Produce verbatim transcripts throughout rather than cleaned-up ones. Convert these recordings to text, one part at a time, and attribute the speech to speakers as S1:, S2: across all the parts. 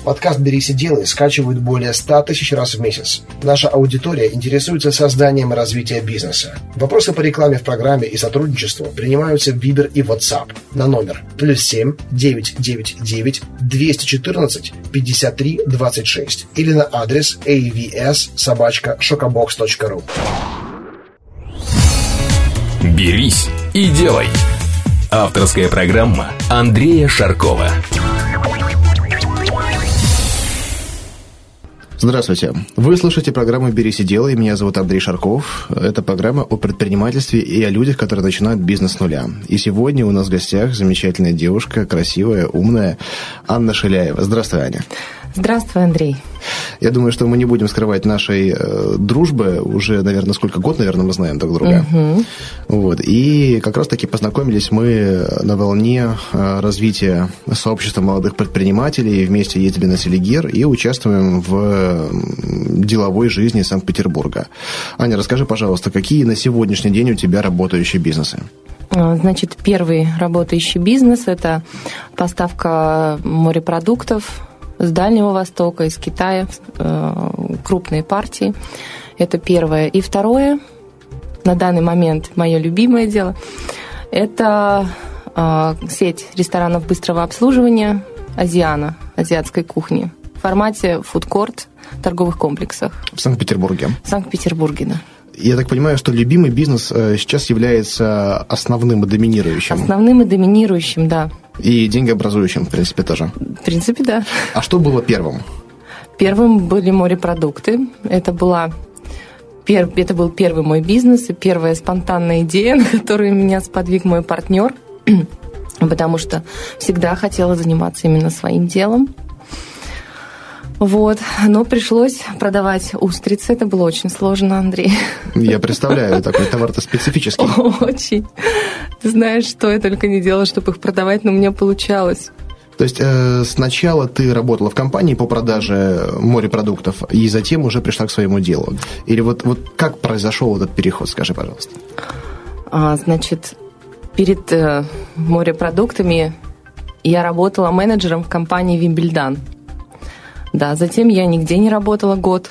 S1: Подкаст «Берись и делай» скачивают более ста тысяч раз в месяц. Наша аудитория интересуется созданием и развитием бизнеса. Вопросы по рекламе в программе и сотрудничеству принимаются в Viber и WhatsApp на номер плюс семь девятьсот девяносто девять двести четырнадцать пятьдесят три двадцать шесть или на адрес эй ви эс собака шокобокс точка ру.
S2: «Берись и делай». Авторская программа Андрея Шаркова.
S3: Здравствуйте. Вы слушаете программу «Берись и делай». Меня зовут Андрей Шарков. Это программа о предпринимательстве и о людях, которые начинают бизнес с нуля. И сегодня у нас в гостях замечательная девушка, красивая, умная Анна Шиляева. Здравствуй, Аня.
S4: Здравствуй, Андрей.
S3: Я думаю, что мы не будем скрывать нашей э, дружбы. Уже, наверное, сколько год, наверное, мы знаем друг друга.
S4: Угу.
S3: Вот. И как раз-таки познакомились мы на волне э, развития сообщества молодых предпринимателей. Вместе ездили на Селигер и участвуем в деловой жизни Санкт-Петербурга. Аня, расскажи, пожалуйста, какие на сегодняшний день у тебя работающие бизнесы?
S4: Значит, первый работающий бизнес – это поставка морепродуктов с Дальнего Востока, из Китая, крупные партии. Это первое. И второе, на данный момент мое любимое дело, это сеть ресторанов быстрого обслуживания «Азиана», азиатской кухни, в формате фудкорт в торговых комплексах.
S3: В Санкт-Петербурге?
S4: В Санкт-Петербурге, да.
S3: Я так понимаю, что любимый бизнес сейчас является основным и доминирующим.
S4: Основным и доминирующим, да.
S3: И деньгообразующим, в принципе, тоже.
S4: В принципе, да.
S3: А что было первым?
S4: Первым были морепродукты. Это была... Это был первый мой бизнес и первая спонтанная идея, на которую меня сподвиг мой партнер, потому что всегда хотела заниматься именно своим делом. Вот. Но пришлось продавать устрицы. Это было очень сложно, Андрей.
S3: Я представляю, такой товар-то специфический.
S4: Очень. Ты знаешь, что я только не делала, чтобы их продавать, но у меня получалось.
S3: То есть э, сначала ты работала в компании по продаже морепродуктов, и затем уже пришла к своему делу? Или вот, вот как произошел этот переход, скажи, пожалуйста?
S4: А, значит, перед э, морепродуктами я работала менеджером в компании «Вимбельдан». Да, затем я нигде не работала год.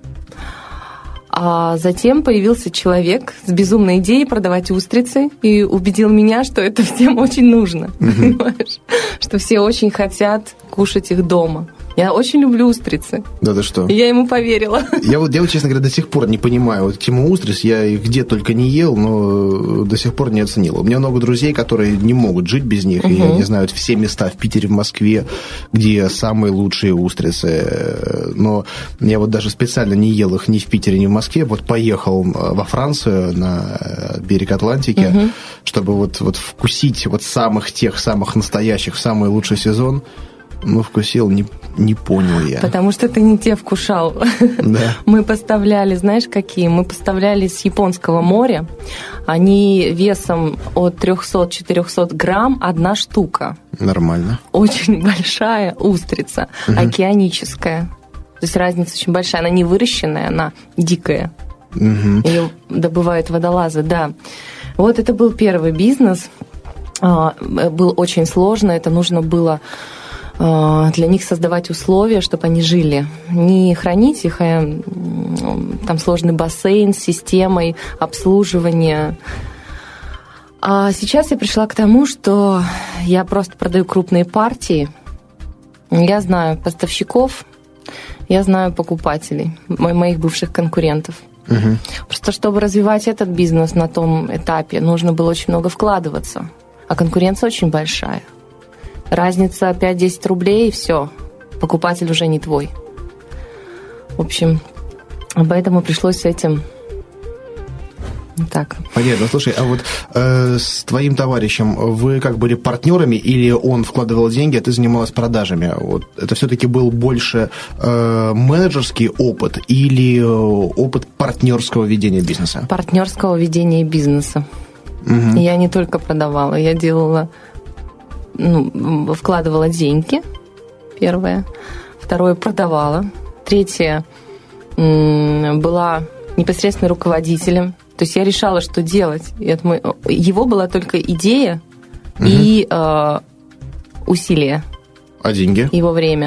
S4: А затем появился человек с безумной идеей продавать устрицы и убедил меня, что это всем очень нужно. Mm-hmm. Понимаешь? Что все очень хотят кушать их дома. Я очень люблю устрицы.
S3: Да ты что?
S4: И я ему поверила.
S3: Я вот, я вот, честно говоря, до сих пор не понимаю вот тему устриц. Я их где только не ел, но до сих пор не оценил. У меня много друзей, которые не могут жить без них. Uh-huh. И они знают все места в Питере, в Москве, где самые лучшие устрицы. Но я вот даже специально не ел их ни в Питере, ни в Москве. Вот поехал во Францию, на берег Атлантики, uh-huh. чтобы вот, вот вкусить вот самых тех, самых настоящих, в самый лучший сезон. Ну, вкусил, не, не понял я.
S4: Потому что ты не те вкушал.
S3: Да.
S4: Мы поставляли, знаешь, какие? Мы поставляли с Японского моря. Они весом от триста-четыреста грамм одна штука.
S3: Нормально.
S4: Очень большая устрица, угу. океаническая. То есть разница очень большая. Она не выращенная, она дикая. Угу. Ее добывают водолазы, да. Вот это был первый бизнес. Был очень сложно. Это нужно было... для них создавать условия, чтобы они жили. Не хранить их, а там сложный бассейн с системой обслуживания. А сейчас я пришла к тому, что я просто продаю крупные партии. Я знаю поставщиков, я знаю покупателей, моих бывших конкурентов. Угу. Просто чтобы развивать этот бизнес на том этапе, нужно было очень много вкладываться. А конкуренция очень большая. Разница пять-десять рублей, и все. Покупатель уже не твой. В общем, поэтому пришлось с этим так.
S3: Понятно. Слушай, а вот э, с твоим товарищем вы как были партнерами, или он вкладывал деньги, а ты занималась продажами? Вот это все-таки был больше э, менеджерский опыт или опыт партнерского ведения бизнеса?
S4: Партнерского ведения бизнеса.
S3: Угу.
S4: Я не только продавала, я делала... Ну, вкладывала деньги, первое. Второе, продавала. Третье, была непосредственно руководителем. То есть я решала, что делать. Его была только идея угу. и э, усилия.
S3: А деньги?
S4: Его время.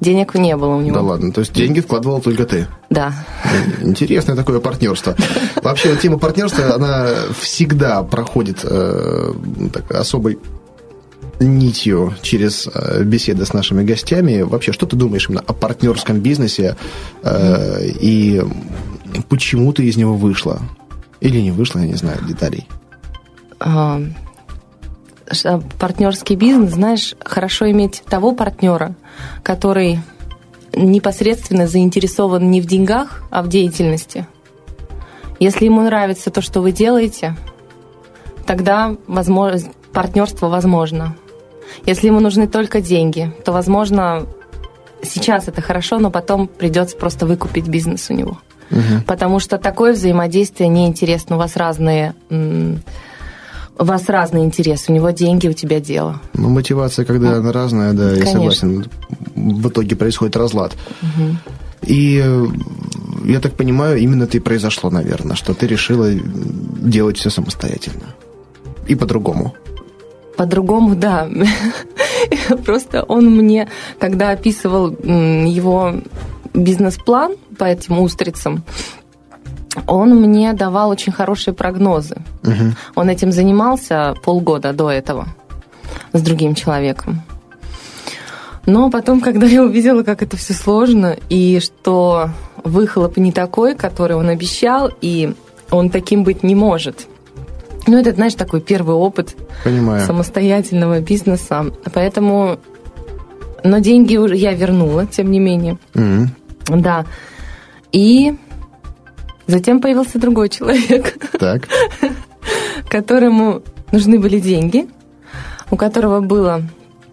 S4: денег не было у него.
S3: Да ладно, то есть деньги вкладывал только ты?
S4: Да.
S3: Интересное такое партнерство. Вообще, тема партнерства, она всегда проходит э, так, особой нитью через э, беседы с нашими гостями. Вообще, что ты думаешь именно о партнерском бизнесе э, и почему ты из него вышла? Или не вышла, я не знаю, деталей.
S4: А, партнерский бизнес, знаешь, хорошо иметь того партнера, который непосредственно заинтересован не в деньгах, а в деятельности. Если ему нравится то, что вы делаете, тогда возможно, партнерство возможно. Если ему нужны только деньги, то, возможно, сейчас это хорошо, но потом придется просто выкупить бизнес у него. Угу. Потому что такое взаимодействие неинтересно. У вас разные, у вас разные интересы. У него деньги, у тебя дело.
S3: Ну, мотивация, когда она разная, да, я согласен. В итоге происходит разлад. Угу. И я так понимаю, именно это и произошло, наверное, что ты решила делать все самостоятельно. И по-другому.
S4: По-другому, да. Просто он мне, когда описывал его бизнес-план по этим устрицам, он мне давал очень хорошие прогнозы. Угу. Он этим занимался полгода до этого с другим человеком. Но потом, когда я увидела, как это все сложно, и что выхлоп не такой, который он обещал, и он таким быть не может. Ну, это, знаешь, такой первый опыт Понимаю. самостоятельного бизнеса. Поэтому... Но деньги уже я вернула, тем не менее. Mm-hmm. Да. И затем появился другой человек,
S3: так.
S4: которому нужны были деньги, у которого было,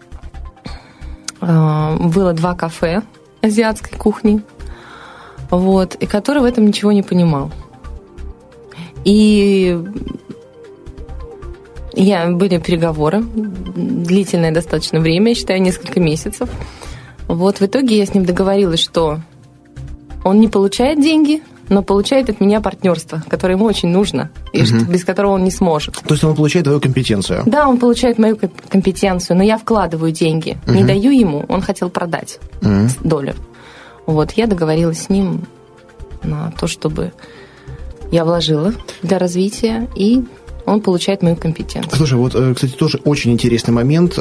S4: было два кафе азиатской кухни, вот, и который в этом ничего не понимал. И я, были переговоры, длительное достаточно время, я считаю, несколько месяцев. Вот в итоге я с ним договорилась, что он не получает деньги, но получает от меня партнерство, которое ему очень нужно, и угу. без которого он не сможет.
S3: То есть он получает твою компетенцию?
S4: Да, он получает мою компетенцию, но я вкладываю деньги, угу. не даю ему, он хотел продать угу. долю. Вот, я договорилась с ним на то, чтобы я вложила для развития, и он получает мою компетенцию.
S3: Слушай, вот, кстати, тоже очень интересный момент.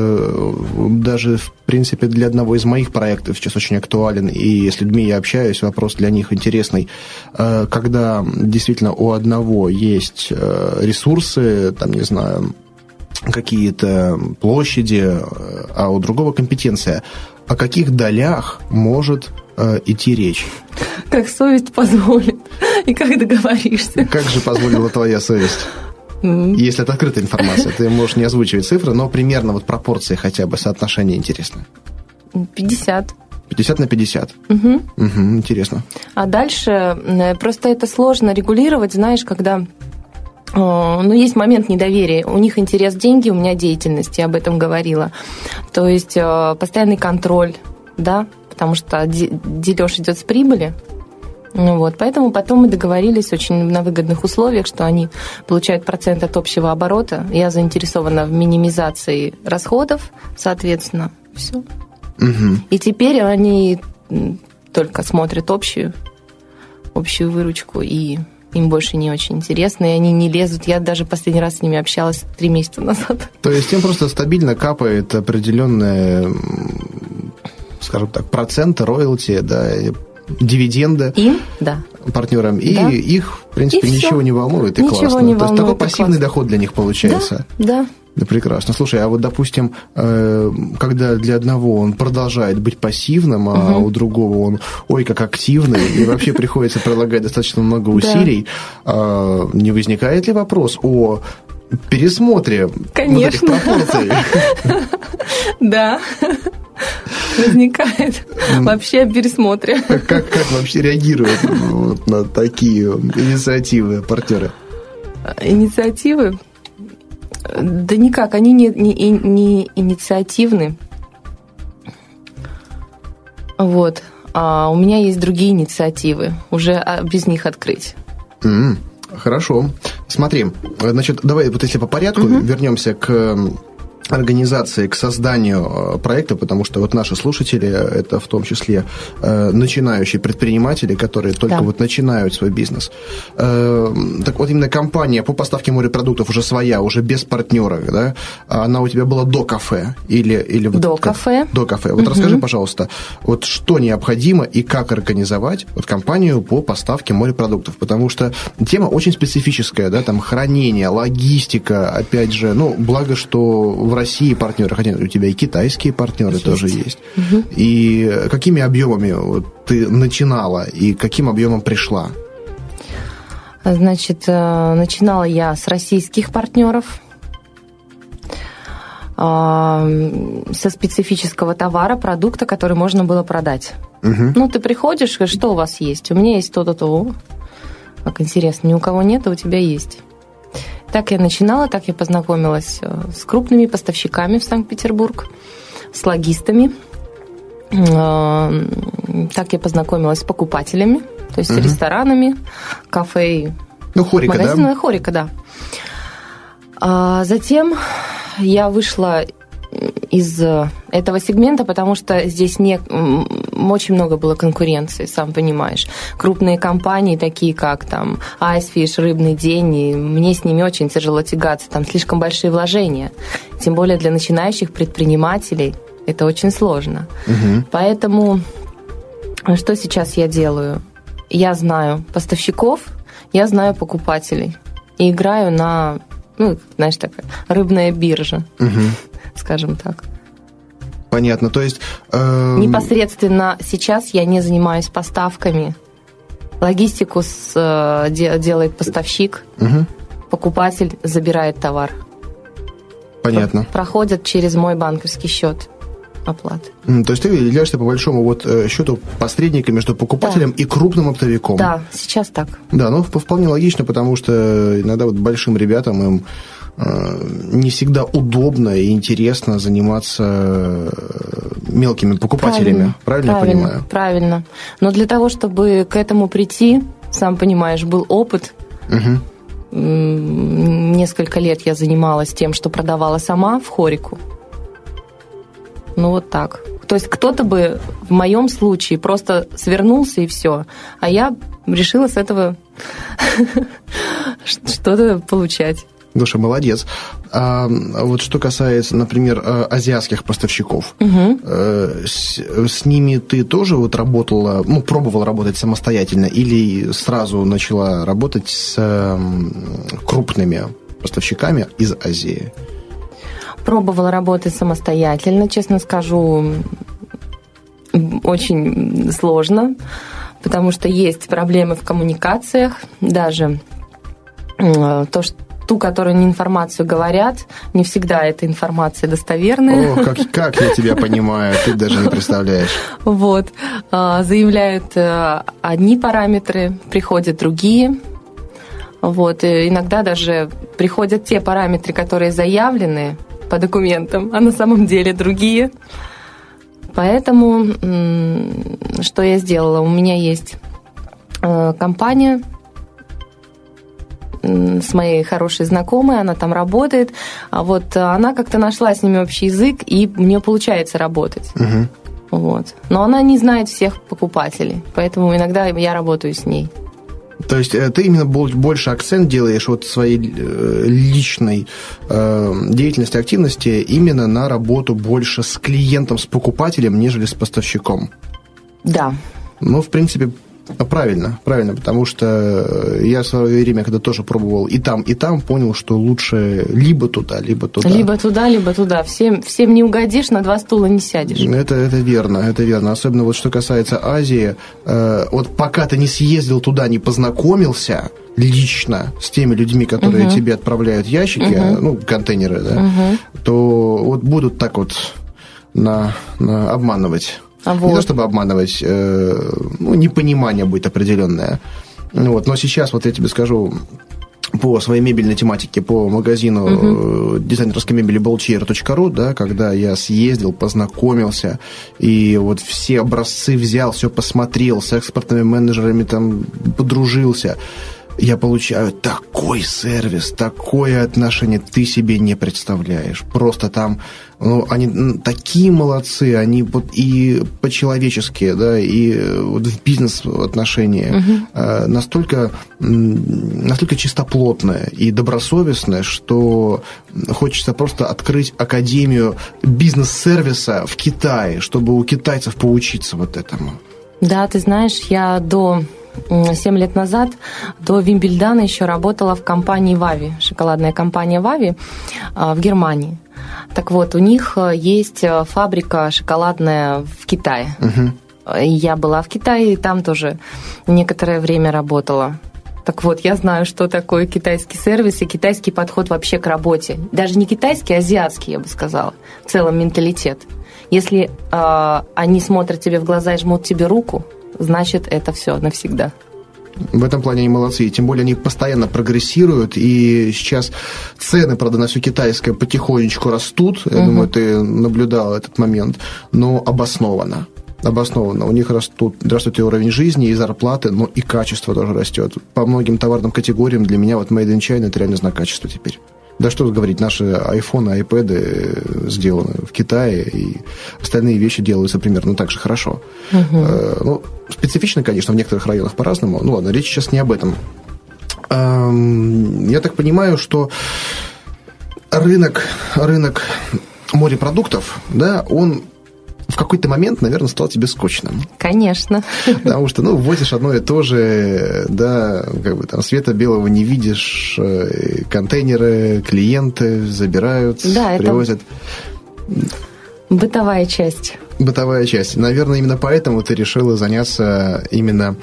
S3: Даже, в принципе, для одного из моих проектов сейчас очень актуален, и с людьми я общаюсь, вопрос для них интересный. Когда действительно у одного есть ресурсы, там, не знаю, какие-то площади, а у другого компетенция, о каких долях может идти речь?
S4: Как совесть позволит, и как договоришься.
S3: Как же позволила твоя совесть? Если это открытая информация, ты можешь не озвучивать цифры, но примерно вот пропорции хотя бы, соотношение интересно.
S4: пятьдесят.
S3: пятьдесят на пятьдесят?
S4: Угу.
S3: Угу, интересно.
S4: А дальше просто это сложно регулировать, знаешь, когда... Ну, есть момент недоверия. У них интерес деньги, у меня деятельность, я об этом говорила. То есть постоянный контроль, да, потому что дележ идет с прибыли. Вот, поэтому потом мы договорились очень на выгодных условиях, что они получают процент от общего оборота. Я заинтересована в минимизации расходов, соответственно, все. Угу. И теперь они только смотрят общую, общую выручку, и им больше не очень интересно, и они не лезут. Я даже последний раз с ними общалась три месяца назад.
S3: То есть им просто стабильно капает определенные, скажем так, проценты, роялти, да, дивиденды
S4: им, да.
S3: партнерам, и да. их, в принципе, и ничего все. не волнует, и
S4: ничего
S3: классно.
S4: Не
S3: То
S4: волнует,
S3: есть такой пассивный
S4: классно.
S3: доход для них получается.
S4: Да, да.
S3: Да, прекрасно. Слушай, а вот, допустим, когда для одного он продолжает быть пассивным, а угу. у другого он, ой, как активный, и вообще приходится прилагать достаточно много усилий, не возникает ли вопрос о пересмотре вот этих пропорций?
S4: Да. Возникает вообще о пересмотре.
S3: Как, как, как вообще реагируют вот на такие инициативы партнеры?
S4: Инициативы? Да никак, они не, не, не инициативны. Вот. А у меня есть другие инициативы, уже без них открыть.
S3: Mm, хорошо. Смотри, значит, давай вот если по порядку угу. вернемся к организации к созданию проекта, потому что вот наши слушатели, это в том числе э, начинающие предприниматели, которые только да. вот начинают свой бизнес. Э, так вот, именно компания по поставке морепродуктов уже своя, уже без партнера, да? Она у тебя была до кафе? Или, или вот
S4: до
S3: как?
S4: кафе.
S3: До кафе. Вот угу. расскажи, пожалуйста, вот что необходимо и как организовать вот компанию по поставке морепродуктов, потому что тема очень специфическая, да, там хранение, логистика, опять же, ну, благо, что в России партнеры, хотя у тебя и китайские партнеры есть. Тоже есть. Угу. И какими объемами вот ты начинала и каким объемом пришла?
S4: Значит, начинала я с российских партнеров, со специфического товара, продукта, который можно было продать. Угу. Ну, ты приходишь, что у вас есть? У меня есть то-то, то. Как интересно, ни у кого нет, а у тебя есть. Так я начинала, так я познакомилась с крупными поставщиками в Санкт-Петербург, с логистами. Так я познакомилась с покупателями, то есть угу. с ресторанами, кафе,
S3: ну, хорика,
S4: магазины,
S3: да?
S4: хорика, да. А затем я вышла из этого сегмента, потому что здесь не, очень много было конкуренции, сам понимаешь. Крупные компании, такие как там Icefish, Рыбный день, и мне с ними очень тяжело тягаться, там слишком большие вложения. Тем более для начинающих предпринимателей это очень сложно. Угу. Поэтому что сейчас я делаю? Я знаю поставщиков, я знаю покупателей и играю на, ну, знаешь, такая рыбная биржа. Угу. Скажем так.
S3: Понятно, то есть... Э...
S4: Непосредственно сейчас я не занимаюсь поставками. Логистику с, э, делает поставщик, угу. покупатель забирает товар.
S3: Понятно.
S4: Проходят через мой банковский счет оплаты.
S3: То есть ты являешься, по большому вот счету, посредником между покупателем да. и крупным оптовиком.
S4: Да, сейчас так.
S3: Да, ну вполне логично, потому что иногда вот большим ребятам им не всегда удобно и интересно заниматься мелкими покупателями. Правильно, правильно,
S4: правильно
S3: я понимаю?
S4: Правильно. Но для того, чтобы к этому прийти, сам понимаешь, был опыт. Угу. Несколько лет я занималась тем, что продавала сама в хорику. Ну, вот так. То есть кто-то бы в моем случае просто свернулся и все, а я решила с этого что-то получать.
S3: Душа, молодец. А вот что касается, например, азиатских поставщиков, угу. с, с ними ты тоже вот работала, ну, пробовала работать самостоятельно или сразу начала работать с крупными поставщиками из Азии?
S4: Пробовала работать самостоятельно, честно скажу, очень сложно, потому что есть проблемы в коммуникациях, даже то, что ту, которую не информацию говорят, не всегда эта информация достоверная.
S3: О, как, как я тебя понимаю, ты даже не представляешь.
S4: Вот. Заявляют одни параметры, приходят другие. Вот. И иногда даже приходят те параметры, которые заявлены по документам, а на самом деле другие. Поэтому что я сделала? У меня есть компания с моей хорошей знакомой, она там работает, а вот она как-то нашла с ними общий язык, и у нее получается работать. Угу. Вот. Но она не знает всех покупателей, поэтому иногда я работаю с ней.
S3: То есть ты именно больше акцент делаешь вот своей личной деятельности, активности именно на работу больше с клиентом, с покупателем, нежели с поставщиком?
S4: Да.
S3: Ну, в принципе, правильно, правильно, потому что я в свое время, когда тоже пробовал и там, и там, понял, что лучше либо туда, либо туда.
S4: Либо туда, либо туда. Всем, всем не угодишь, на два стула не сядешь.
S3: Это, это верно, это верно. Особенно вот что касается Азии, э, вот пока ты не съездил туда, не познакомился лично с теми людьми, которые uh-huh. тебе отправляют ящики, uh-huh. ну, контейнеры, да, uh-huh. то вот будут так вот на, на обманывать. Вот. Не то, чтобы обманывать, э, ну, непонимание будет определенное. Вот. Но сейчас, вот я тебе скажу, по своей мебельной тематике, по магазину uh-huh. дизайнерской мебели болчер точка ру, да, когда я съездил, познакомился, и вот все образцы взял, все посмотрел, с экспортными менеджерами там подружился, я получаю такой сервис, такое отношение, ты себе не представляешь. Просто там, ну, они такие молодцы, они вот и по-человечески, да, и вот в бизнес-отношении угу. настолько, настолько чистоплотное и добросовестное, что хочется просто открыть академию бизнес-сервиса в Китае, чтобы у китайцев поучиться вот этому.
S4: Да, ты знаешь, я до... Семь лет назад до Вимбельдана еще работала в компании Вави, шоколадная компания Вави в Германии. Так вот, у них есть фабрика шоколадная в Китае. Угу. Я была в Китае, и там тоже некоторое время работала. Так вот, я знаю, что такое китайский сервис и китайский подход вообще к работе. Даже не китайский, а азиатский, я бы сказала. В целом менталитет. Если э, они смотрят тебе в глаза и жмут тебе руку, значит, это все навсегда.
S3: В этом плане они молодцы. И тем более они постоянно прогрессируют. И сейчас цены, правда, на все китайское потихонечку растут. Я угу. думаю, ты наблюдал этот момент. Но обоснованно. Обоснованно. У них растут, растут и уровень жизни, и зарплаты, но и качество тоже растет. По многим товарным категориям для меня вот Made in China – это реально знак качества теперь. Да что говорить, наши айфоны, айпэды сделаны в Китае, и остальные вещи делаются примерно так же хорошо. Угу. Э, ну, специфично, конечно, в некоторых районах по-разному. Ну ладно, речь сейчас не об этом. Э, я так понимаю, что рынок, рынок морепродуктов, да, он в какой-то момент, наверное, стал тебе скучным.
S4: Конечно.
S3: Потому что, ну, возишь одно и то же, да, как бы там света белого не видишь, контейнеры, клиенты забирают, да, привозят.
S4: Это бытовая часть.
S3: Бытовая часть. Наверное, именно поэтому ты решила заняться именно...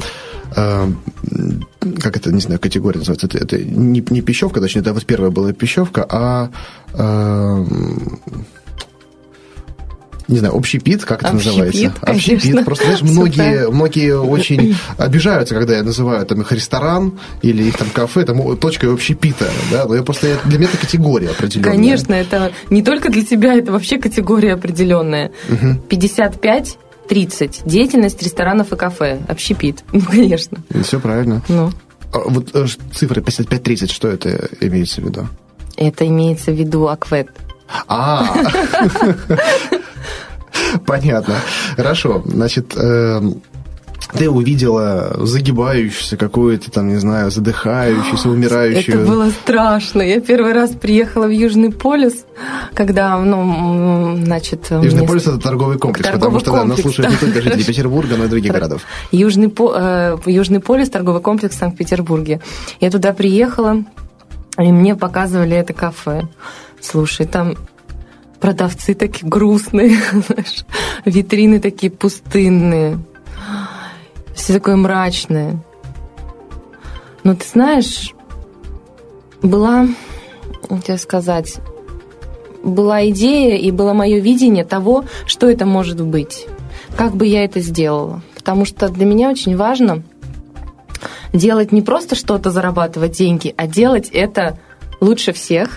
S3: как это, не знаю, категория называется, это, это не, не пищевка, точнее, это вот первая была пищевка, а... а не знаю, общепит, как это
S4: общепит,
S3: называется?
S4: Конечно.
S3: Общепит. Просто, знаешь, многие, многие очень обижаются, когда я называю там их ресторан или их там кафе, там точкой общепита, да, но я просто, для меня это категория определенная.
S4: Конечно, это не только для тебя, это вообще категория определенная. Угу. пятьдесят пять тридцать. Деятельность ресторанов и кафе. Общепит. Ну, конечно.
S3: Все правильно.
S4: Ну.
S3: А вот цифра пятьдесят пять тридцать, что это имеется в виду?
S4: Это имеется в виду аквет.
S3: А, понятно. Хорошо. Значит, э, ты увидела загибающуюся какую-то там, не знаю, задыхающуюся, умирающую.
S4: Это было страшно. Я первый раз приехала в Южный полюс, когда, ну, значит...
S3: Южный полюс – это торговый комплекс, торговый потому что комплекс, да, нас слушают да. не только жители Петербурга, но и других городов.
S4: Южный, э, Южный полюс – торговый комплекс в Санкт-Петербурге. Я туда приехала, и мне показывали это кафе. Слушай, там... продавцы такие грустные, знаешь, витрины такие пустынные, все такое мрачное. Но ты знаешь, была, как тебе сказать, была идея и было мое видение того, что это может быть, как бы я это сделала. Потому что для меня очень важно делать не просто что-то, зарабатывать деньги, а делать это лучше всех,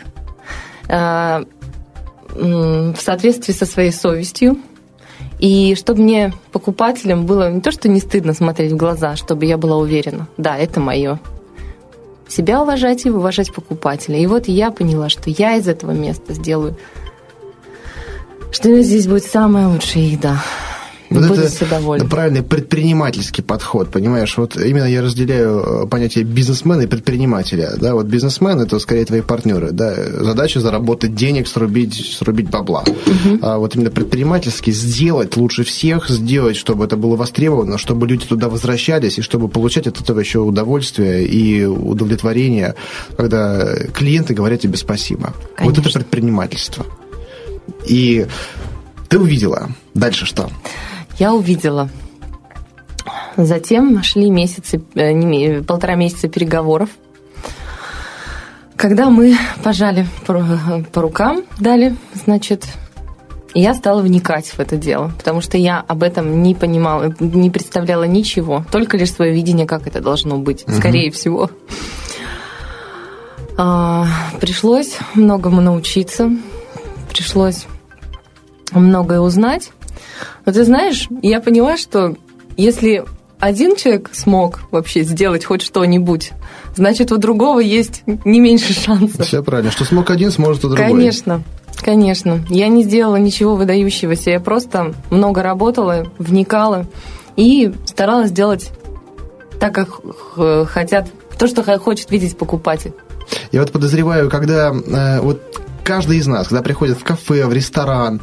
S4: в соответствии со своей совестью, и чтобы мне, покупателям, было не то, что не стыдно смотреть в глаза, чтобы я была уверена, да, это мое. Себя уважать и уважать покупателя. И вот я поняла, что я из этого места сделаю, что здесь будет самая лучшая еда.
S3: Вот это правильный предпринимательский подход, понимаешь? Вот именно я разделяю понятие бизнесмена и предпринимателя. Да? Вот бизнесмен – это скорее твои партнеры. Да? Задача – заработать денег, срубить, срубить бабла. Угу. А вот именно предпринимательский – сделать лучше всех, сделать, чтобы это было востребовано, чтобы люди туда возвращались, и чтобы получать от этого еще удовольствие и удовлетворение, когда клиенты говорят тебе спасибо. Конечно. Вот это предпринимательство. И ты увидела. Дальше что?
S4: Я увидела. Затем шли месяцы, не, полтора месяца переговоров. Когда мы пожали по, по рукам, дали, значит, я стала вникать в это дело, потому что я об этом не понимала, не представляла ничего, только лишь свое видение, как это должно быть, угу. скорее всего. А, пришлось многому научиться, пришлось многое узнать. Но ты знаешь, я поняла, что если один человек смог вообще сделать хоть что-нибудь, значит, у другого есть не меньше шансов.
S3: Все правильно. Что смог один, сможет и другой.
S4: Конечно, конечно. Я не сделала ничего выдающегося. Я просто много работала, вникала и старалась делать так, как хотят, то, что хочет видеть покупатель.
S3: Я вот подозреваю, когда э, вот каждый из нас, когда приходит в кафе, в ресторан,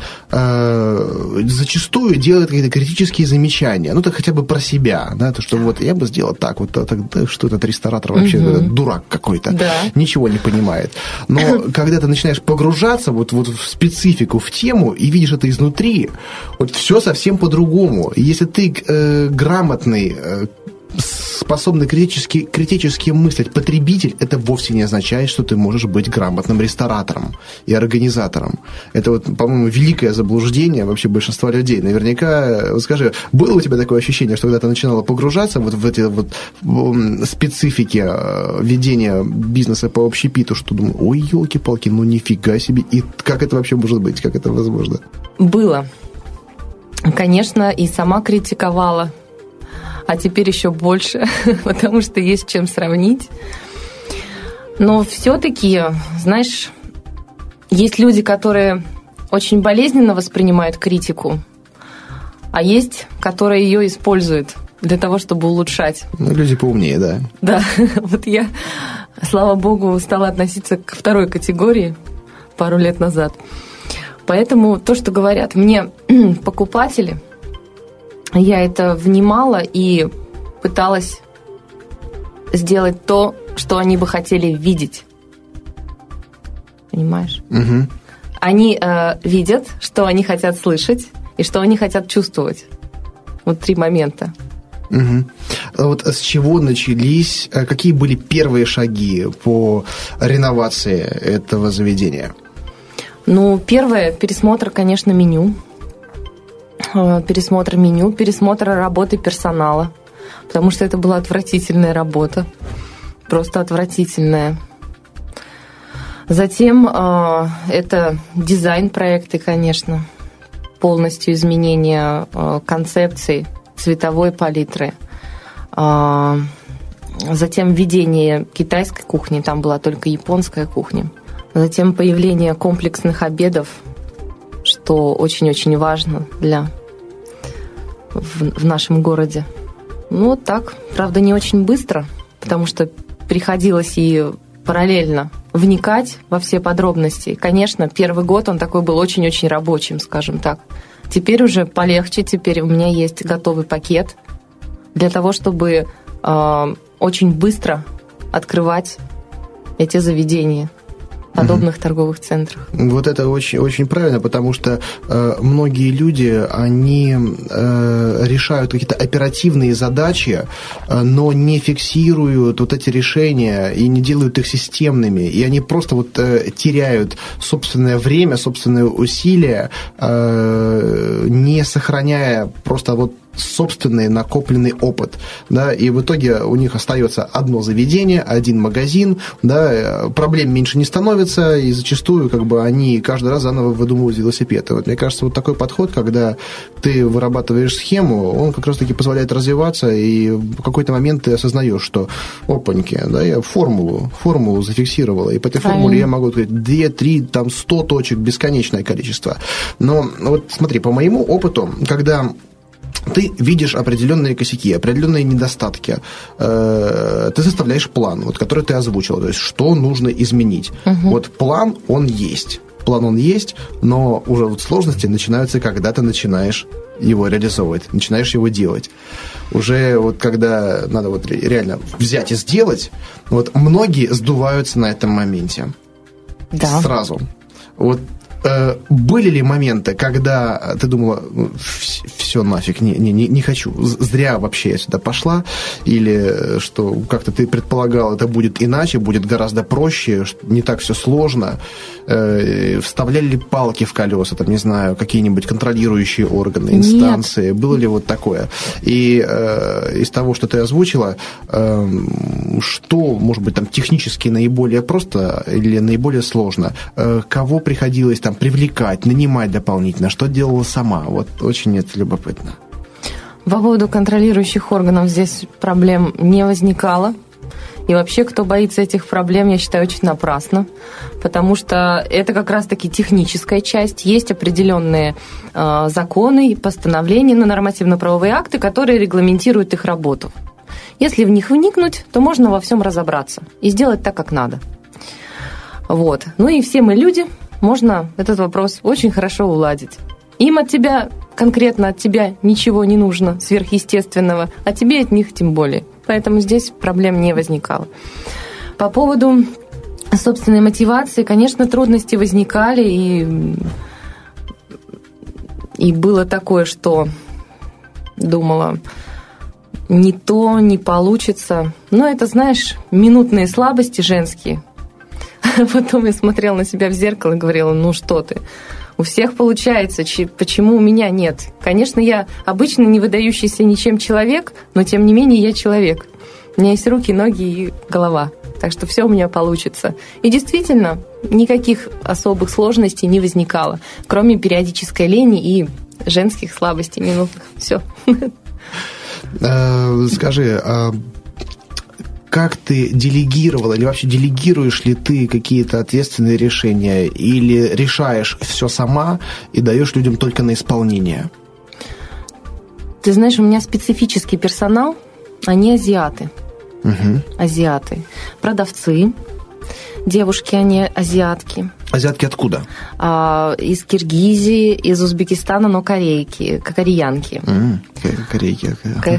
S3: э, зачастую делает какие-то критические замечания. Ну, так хотя бы про себя, да, то, что вот я бы сделал так, вот так, да, что этот ресторатор вообще угу. дурак какой-то,
S4: да.
S3: ничего не понимает. Но когда ты начинаешь погружаться вот, вот в специфику, в тему, и видишь это изнутри, вот все совсем по-другому. Если ты э, грамотный, э, способный критически, критически мыслить потребитель, это вовсе не означает, что ты можешь быть грамотным ресторатором и организатором. Это вот, по-моему, великое заблуждение вообще большинства людей. Наверняка, вот скажи, было у тебя такое ощущение, что когда ты начинала погружаться вот в эти вот специфики ведения бизнеса по общепиту, что думаю, ой, елки-палки, ну нифига себе, и как это вообще может быть, как это возможно?
S4: Было. Конечно, и сама критиковала. А теперь еще больше, потому что есть чем сравнить. Но все-таки, знаешь, есть люди, которые очень болезненно воспринимают критику, а есть, которые ее используют для того, чтобы улучшать.
S3: Ну, люди поумнее, да.
S4: Да, вот я, слава богу, стала относиться к второй категории пару лет назад. Поэтому то, что говорят мне покупатели, я это внимала и пыталась сделать то, что они бы хотели видеть. Понимаешь?
S3: Угу.
S4: Они э, видят, что они хотят слышать и что они хотят чувствовать. Вот три момента.
S3: Угу. Вот с чего начались, какие были первые шаги по реновации этого заведения?
S4: Ну, первое, пересмотр, конечно, меню. Пересмотр меню, пересмотр работы персонала, потому что это была отвратительная работа, просто отвратительная. Затем э, это дизайн-проекты, конечно, полностью изменение э, концепции, цветовой палитры. Э, затем введение китайской кухни, там была только японская кухня. Затем появление комплексных обедов, что очень-очень важно для в, в нашем городе. Ну, вот так. Правда, не очень быстро, потому что приходилось и параллельно вникать во все подробности. Конечно, первый год он такой был очень-очень рабочим, скажем так. Теперь уже полегче, теперь у меня есть готовый пакет для того, чтобы э, очень быстро открывать эти заведения в подобных mm-hmm. торговых центрах.
S3: Вот это очень, очень правильно, потому что э, многие люди, они э, решают какие-то оперативные задачи, э, но не фиксируют вот эти решения и не делают их системными, и они просто вот э, теряют собственное время, собственные усилия, э, не сохраняя просто вот собственный накопленный опыт, да, и в итоге у них остается одно заведение, один магазин, да, проблем меньше не становится, и зачастую как бы они каждый раз заново выдумывают велосипед. И вот мне кажется, вот такой подход, когда ты вырабатываешь схему, он как раз-таки позволяет развиваться, и в какой-то момент ты осознаешь, что опаньки, да, я формулу, формулу зафиксировала, и по этой Правильно. формуле я могу сказать две, три, там сто точек, бесконечное количество. Но вот смотри, по моему опыту, когда ты видишь определенные косяки, определенные недостатки. Ты составляешь план, вот, который ты озвучил, то есть что нужно изменить. Угу. Вот план, он есть. План он есть, но уже вот сложности начинаются, когда ты начинаешь его реализовывать, начинаешь его делать. Уже вот когда надо вот реально взять и сделать, вот многие сдуваются на этом моменте.
S4: Да.
S3: Сразу. Вот были ли моменты, когда ты думала, все нафиг, не, не, не хочу, зря вообще я сюда пошла, или что как-то ты предполагал, это будет иначе, будет гораздо проще, не так все сложно, вставляли ли палки в колеса, там, не знаю, какие-нибудь контролирующие органы, инстанции, Нет. было ли вот такое? И из того, что ты озвучила, что, может быть, там технически наиболее просто или наиболее сложно, кого приходилось там привлекать, нанимать дополнительно, что делала сама? Вот очень это любопытно.
S4: По поводу контролирующих органов здесь проблем не возникало. И вообще, кто боится этих проблем, я считаю, очень напрасно, потому что это как раз-таки техническая часть. Есть определенные э, законы, постановления, ну, нормативно-правовые акты, которые регламентируют их работу. Если в них вникнуть, то можно во всем разобраться и сделать так, как надо. Вот. Ну и все мы люди, можно этот вопрос очень хорошо уладить. Им от тебя, конкретно от тебя, ничего не нужно сверхъестественного, а тебе от них тем более. Поэтому здесь проблем не возникало. По поводу собственной мотивации, конечно, трудности возникали, и, и было такое, что думала, не то, не получится. Но это, знаешь, минутные слабости женские. Потом я смотрела на себя в зеркало и говорила, ну что ты, у всех получается, почему у меня нет? Конечно, я обычно не выдающийся ничем человек, но тем не менее я человек. У меня есть руки, ноги и голова, так что все у меня получится. И действительно, никаких особых сложностей не возникало, кроме периодической лени и женских слабостей минутных. Все.
S3: Скажи, как ты делегировала, или вообще делегируешь ли ты какие-то ответственные решения, или решаешь все сама и даешь людям только на исполнение?
S4: Ты знаешь, у меня специфический персонал, они азиаты.
S3: Угу.
S4: Азиаты. Продавцы, девушки, они азиатки.
S3: Азиатки откуда?
S4: А, из Киргизии, из Узбекистана, но корейки, кореянки.
S3: Mm, корейки.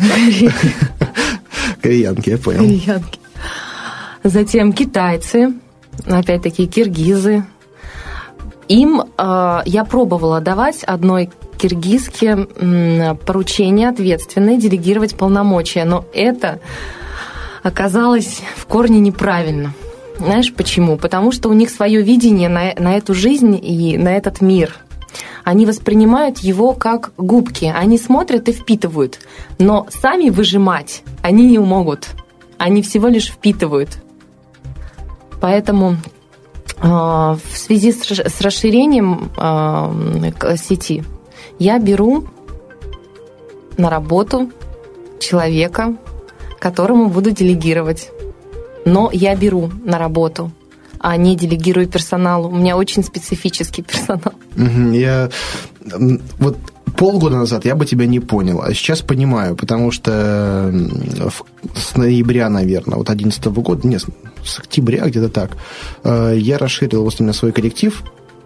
S3: Кореянки, я понял.
S4: Кореянки. Затем китайцы, опять-таки киргизы. Им э, я пробовала давать одной киргизке э, поручение ответственное, делегировать полномочия, но это оказалось в корне неправильно. Знаешь почему? Потому что у них свое видение на, на эту жизнь и на этот мир. Они воспринимают его как губки. Они смотрят и впитывают. Но сами выжимать они не могут. Они всего лишь впитывают. Поэтому э, в связи с, с расширением э, сети я беру на работу человека, которому буду делегировать. Но я беру на работу, а не делегирую персоналу. У меня очень специфический персонал.
S3: Я вот полгода назад я бы тебя не понял, а сейчас понимаю, потому что с ноября, наверное, вот одиннадцатого года, нет, с октября где-то так, я расширил вот у меня свой коллектив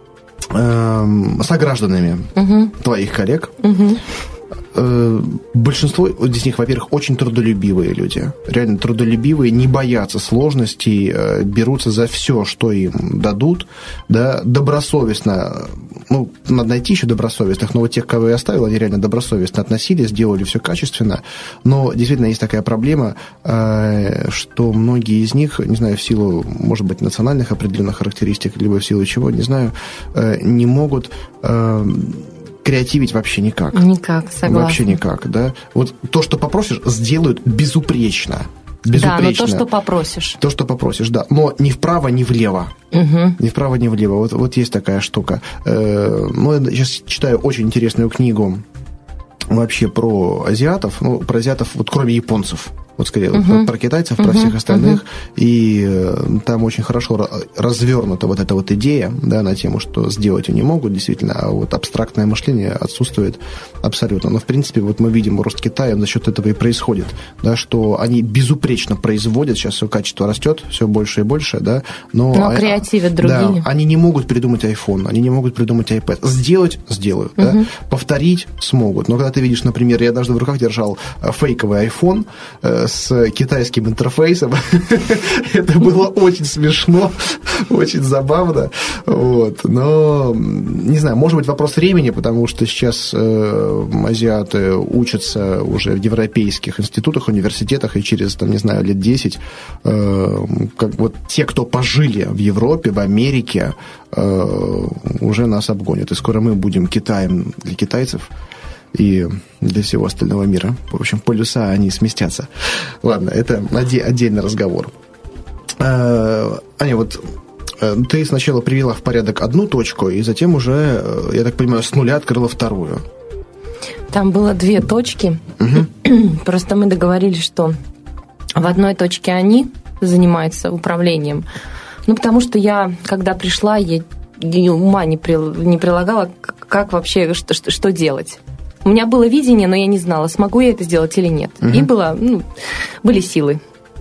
S3: с согражданами угу. твоих коллег. Угу. Большинство из них, во-первых, очень трудолюбивые люди. Реально трудолюбивые, не боятся сложностей, берутся за все, что им дадут, да, добросовестно. Ну, надо найти еще добросовестных, но вот тех, кого я оставил, они реально добросовестно относились, сделали все качественно. Но действительно есть такая проблема, что многие из них, не знаю, в силу, может быть, национальных определенных характеристик, либо в силу чего, не знаю, не могут креативить вообще никак.
S4: Никак, согласна.
S3: Вообще никак, да. Вот то, что попросишь, сделают безупречно. Безупречно.
S4: Да, но то, что попросишь.
S3: То, что попросишь, да. Но ни вправо, ни влево.
S4: Угу.
S3: Ни вправо, ни влево. Вот, вот есть такая штука. Ну, я сейчас читаю очень интересную книгу вообще про азиатов. Ну, про азиатов, вот кроме японцев. Вот скорее uh-huh. про, про китайцев, про uh-huh. всех остальных. Uh-huh. И э, там очень хорошо развернута вот эта вот идея, да, на тему, что сделать они могут, действительно, а вот абстрактное мышление отсутствует абсолютно. Но, в принципе, вот мы видим рост Китая, за счет этого и происходит, да, что они безупречно производят, сейчас все качество растет, все больше и больше, да, но...
S4: Но креативят другие.
S3: Да, они не могут придумать iPhone, они не могут придумать iPad. Сделать – сделают, uh-huh. да, повторить смогут. Но когда ты видишь, например, я однажды в руках держал фейковый iPhone, с китайским интерфейсом. Это было очень смешно, очень забавно. Вот. Но, не знаю, может быть, вопрос времени, потому что сейчас э, азиаты учатся уже в европейских институтах, университетах, и через, там, не знаю, лет десять, э, как вот те, кто пожили в Европе, в Америке, э, уже нас обгонят. И скоро мы будем Китаем для китайцев и для всего остального мира. В общем, полюса, они сместятся. Ладно, это отдельный разговор. Аня, вот ты сначала привела в порядок одну точку, и затем уже, я так понимаю, с нуля открыла вторую.
S4: Там было две точки. Угу. Просто мы договорились, что в одной точке они занимаются управлением. Ну, потому что я, когда пришла, я ума не, при, не прилагала, как вообще, что, что, что делать. У меня было видение, но я не знала, смогу я это сделать или нет. Угу. И было, ну, были силы.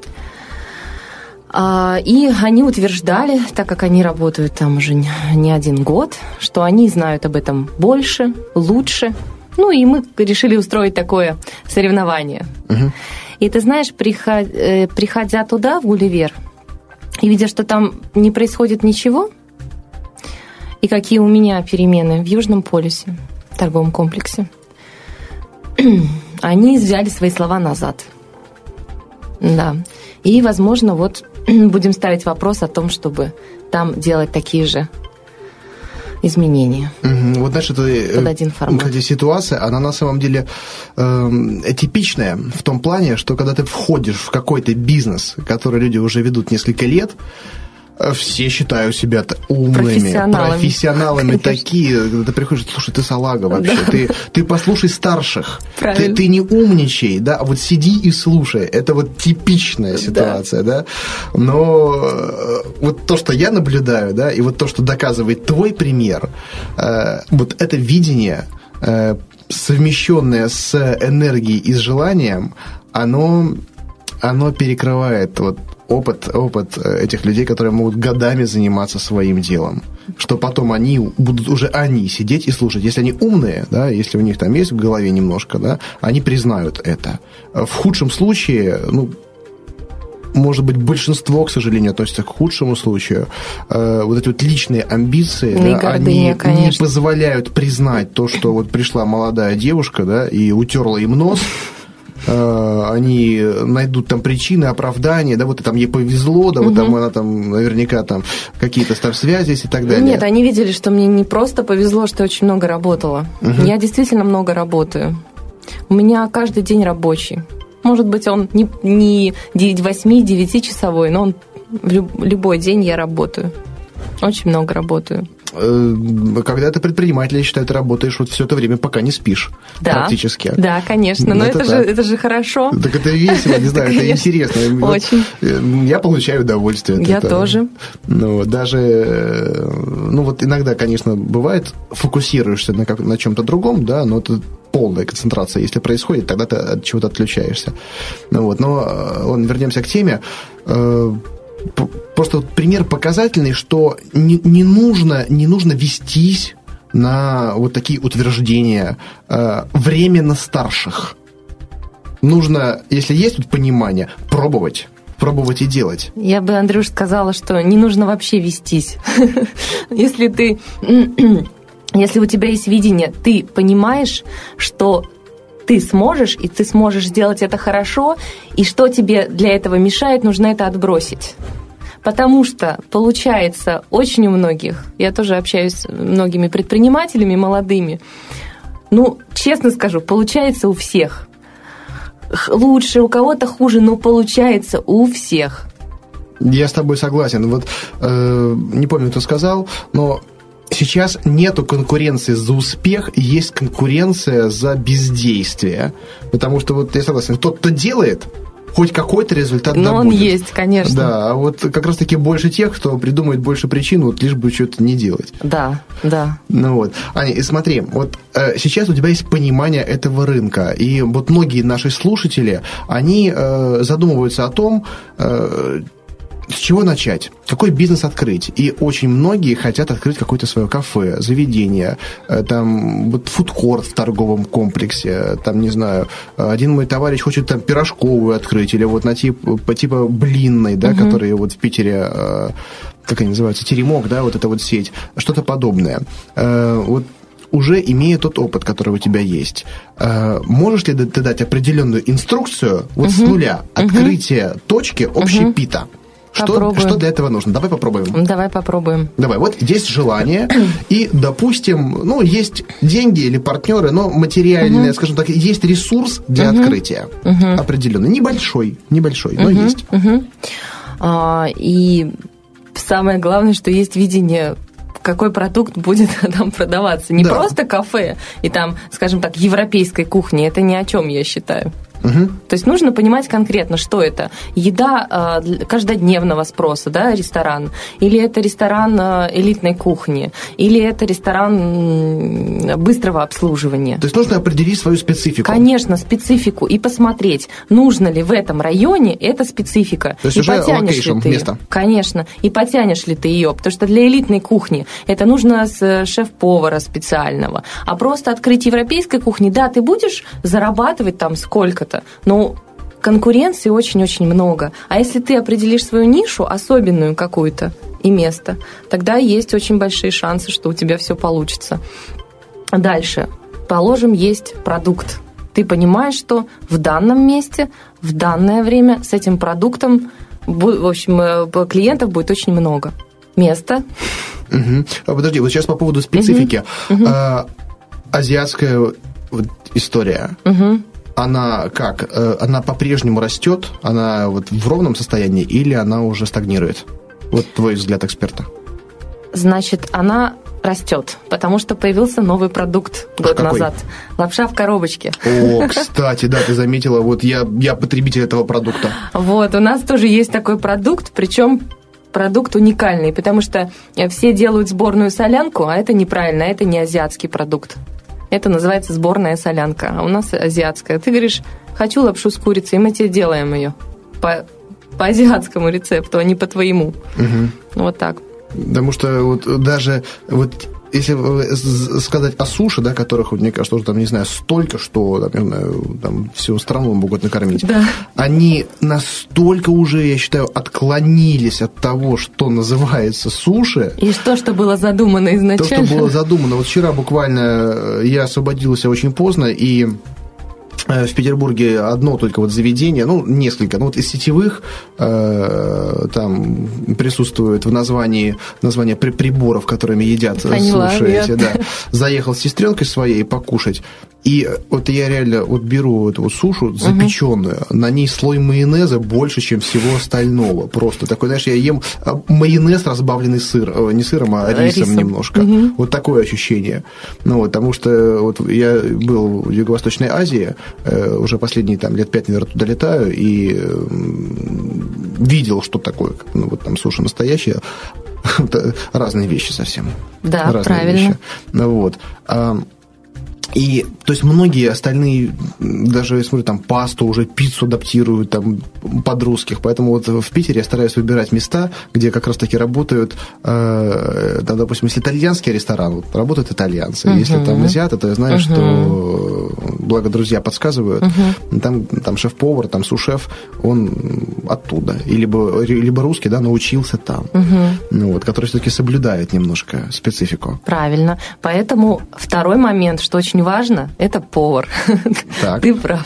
S4: А, и они утверждали, так как они работают там уже не, не один год, что они знают об этом больше, лучше. Ну, и мы решили устроить такое соревнование. Угу. И ты знаешь, приход, э, приходя туда, в Гулливер, и видя, что там не происходит ничего, и какие у меня перемены в Южном полюсе, в торговом комплексе, они взяли свои слова назад. Да. И, возможно, вот будем ставить вопрос о том, чтобы там делать такие же изменения. Угу.
S3: Вот, знаешь, это, под один формат. Кстати, ситуация, она на самом деле э, типичная в том плане, что когда ты входишь в какой-то бизнес, который люди уже ведут несколько лет, все считают себя умными, профессионалами, профессионалами такие. Когда ты приходишь, слушай, ты салага вообще, да. ты, ты послушай старших, ты, ты не умничай, да, а вот сиди и слушай. Это вот типичная ситуация, да. да. Но вот то, что я наблюдаю, да, и вот то, что доказывает твой пример, э, вот это видение, э, совмещенное с энергией и с желанием, оно, оно перекрывает вот Опыт, опыт этих людей, которые могут годами заниматься своим делом. Что потом они будут уже они сидеть и слушать. Если они умные, да, если у них там есть в голове немножко, да, они признают это. В худшем случае, ну, может быть, большинство, к сожалению, относится к худшему случаю. Вот эти вот личные амбиции, да, гордыня, они конечно. не позволяют признать то, что вот пришла молодая девушка, да, и утерла им нос. Они найдут там причины, оправдания, да, вот там ей повезло, да, угу. вот там она там наверняка там какие-то там связи есть и так далее.
S4: Нет, они видели, что мне не просто повезло, что я очень много работала. Угу. Я действительно много работаю. У меня каждый день рабочий. Может быть, он не, не восьми-девятичасовой, но он в любой день я работаю. Очень много работаю.
S3: Когда ты предприниматель, я считаю, ты работаешь вот все это время, пока не спишь, да, практически.
S4: Да, конечно, но это, это, же, это же хорошо.
S3: Так это весело, не знаю, это интересно.
S4: Очень.
S3: Вот я получаю удовольствие от
S4: я
S3: этого.
S4: Я тоже.
S3: Ну, даже, ну вот иногда, конечно, бывает, фокусируешься на, как, на чем-то другом, да, но это полная концентрация, если происходит, тогда ты от чего-то отключаешься. Ну, вот, но, ладно, вернемся к теме. Просто вот пример показательный, что не, не, нужно, не нужно вестись на вот такие утверждения э, временно старших. Нужно, если есть тут понимание, пробовать. Пробовать и делать.
S4: Я бы, Андрюш, сказала, что не нужно вообще вестись. Если ты... Если у тебя есть видение, ты понимаешь, что ты сможешь, и ты сможешь сделать это хорошо, и что тебе для этого мешает, нужно это отбросить. Потому что, получается, очень у многих, я тоже общаюсь с многими предпринимателями молодыми, ну, честно скажу, получается у всех. Лучше, у кого-то хуже, но получается у всех.
S3: Я с тобой согласен. Вот, э, не помню, кто сказал, но... Сейчас нету конкуренции за успех, есть конкуренция за бездействие. Потому что, вот я согласен, тот, кто делает, хоть какой-то результат
S4: Но
S3: добудет.
S4: Он есть, конечно.
S3: Да, а вот как раз-таки больше тех, кто придумает больше причин, вот лишь бы что-то не делать.
S4: Да, да.
S3: Ну вот. Аня, и смотри, вот э, сейчас у тебя есть понимание этого рынка, и вот многие наши слушатели, они э, задумываются о том, э, с чего начать? Какой бизнес открыть? И очень многие хотят открыть какое-то свое кафе, заведение, там, вот фудкорт в торговом комплексе, там, не знаю, один мой товарищ хочет там пирожковую открыть, или вот на тип, по типа блинной, да, угу. которые вот в Питере, как они называются, теремок, да, вот эта вот сеть, что-то подобное. Вот уже имея тот опыт, который у тебя есть, можешь ли ты дать определенную инструкцию вот угу. с нуля открытия угу. точки общепита? Что, что для этого нужно? Давай попробуем.
S4: Давай попробуем.
S3: Давай, вот есть желание, и, допустим, ну, есть деньги или партнеры, но материальные, uh-huh. скажем так, есть ресурс для uh-huh. открытия uh-huh. определенный. Небольшой, небольшой, uh-huh. но есть.
S4: Uh-huh. А, и самое главное, что есть видение какой продукт будет там продаваться. Не
S3: да.
S4: просто кафе и там, скажем так, европейской кухни. Это ни о чем, я считаю.
S3: Угу.
S4: То есть нужно понимать конкретно, что это. Еда э, каждодневного спроса, да, ресторан, или это ресторан э, элитной кухни, или это ресторан э, быстрого обслуживания.
S3: То есть нужно определить свою специфику.
S4: Конечно, специфику, и посмотреть, нужно ли в этом районе эта специфика.
S3: То есть
S4: и
S3: уже
S4: потянешь
S3: локейшн,
S4: ли ты
S3: место.
S4: ее. Конечно, и потянешь ли ты ее, потому что для элитной кухни это нужно с шеф-повара специального. А просто открыть европейской кухни, да, ты будешь зарабатывать там сколько-то, но конкуренции очень-очень много. А если ты определишь свою нишу, особенную какую-то, и место, тогда есть очень большие шансы, что у тебя все получится. Дальше. Положим, есть продукт. Ты понимаешь, что в данном месте, в данное время с этим продуктом, в общем, клиентов будет очень много. Место.
S3: Угу. Подожди, вот сейчас по поводу специфики.
S4: Угу.
S3: А, азиатская вот история.
S4: Угу.
S3: Она как? Она по-прежнему растет? Она вот в ровном состоянии или она уже стагнирует? Вот твой взгляд эксперта.
S4: Значит, она растет, потому что появился новый продукт год
S3: Какой?
S4: назад. Лапша в коробочке.
S3: О, кстати, да, ты заметила, вот я, я потребитель этого продукта.
S4: Вот, у нас тоже есть такой продукт, причем продукт уникальный, потому что все делают сборную солянку, а это неправильно, это не азиатский продукт. Это называется сборная солянка, а у нас азиатская. Ты говоришь, хочу лапшу с курицей, и мы тебе делаем ее по, по азиатскому рецепту, а не по твоему.
S3: Угу.
S4: Вот так.
S3: Потому что вот даже вот если сказать о суше, да, которых, вот, мне кажется, уже там, не знаю, столько, что там, не знаю, там всю страну могут накормить,
S4: да.
S3: Они настолько уже, я считаю, отклонились от того, что называется суши.
S4: И то, что было задумано изначально.
S3: То, что было задумано. Вот вчера буквально я освободился очень поздно, и в Петербурге одно только вот заведение, ну, несколько, ну, вот из сетевых э, там присутствует в названии название приборов, которыми едят
S4: Поняла,
S3: суши
S4: нет.
S3: эти, да. Заехал с сестренкой своей покушать, и вот я реально вот беру эту вот сушу запеченную, угу. На ней слой майонеза больше, чем всего остального. Просто такой, знаешь, я ем майонез, разбавленный сыр, не сыром, а рисом, рисом. немножко. Угу. Вот такое ощущение. Ну, вот, потому что вот я был в Юго-Восточной Азии, уже последние там, лет пять, наверное, туда летаю, и видел, что такое, ну, вот там суши настоящие, разные вещи совсем.
S4: Да,
S3: разные
S4: правильно.
S3: Вещи. Вот. И, то есть, многие остальные, даже, я смотрю, там, пасту, уже пиццу адаптируют, там, под русских. Поэтому вот в Питере я стараюсь выбирать места, где как раз-таки работают, э, там, допустим, если итальянский ресторан, вот, работают итальянцы. Uh-huh. Если там азиаты, то я знаю, uh-huh. что, благо друзья подсказывают, uh-huh. там, там шеф-повар, там су-шеф, он оттуда. И либо, либо русский, да, научился там. Uh-huh. Ну, вот, который все-таки соблюдает немножко специфику.
S4: Правильно. Поэтому второй момент, что очень важно, это повар.
S3: Так.
S4: Ты прав.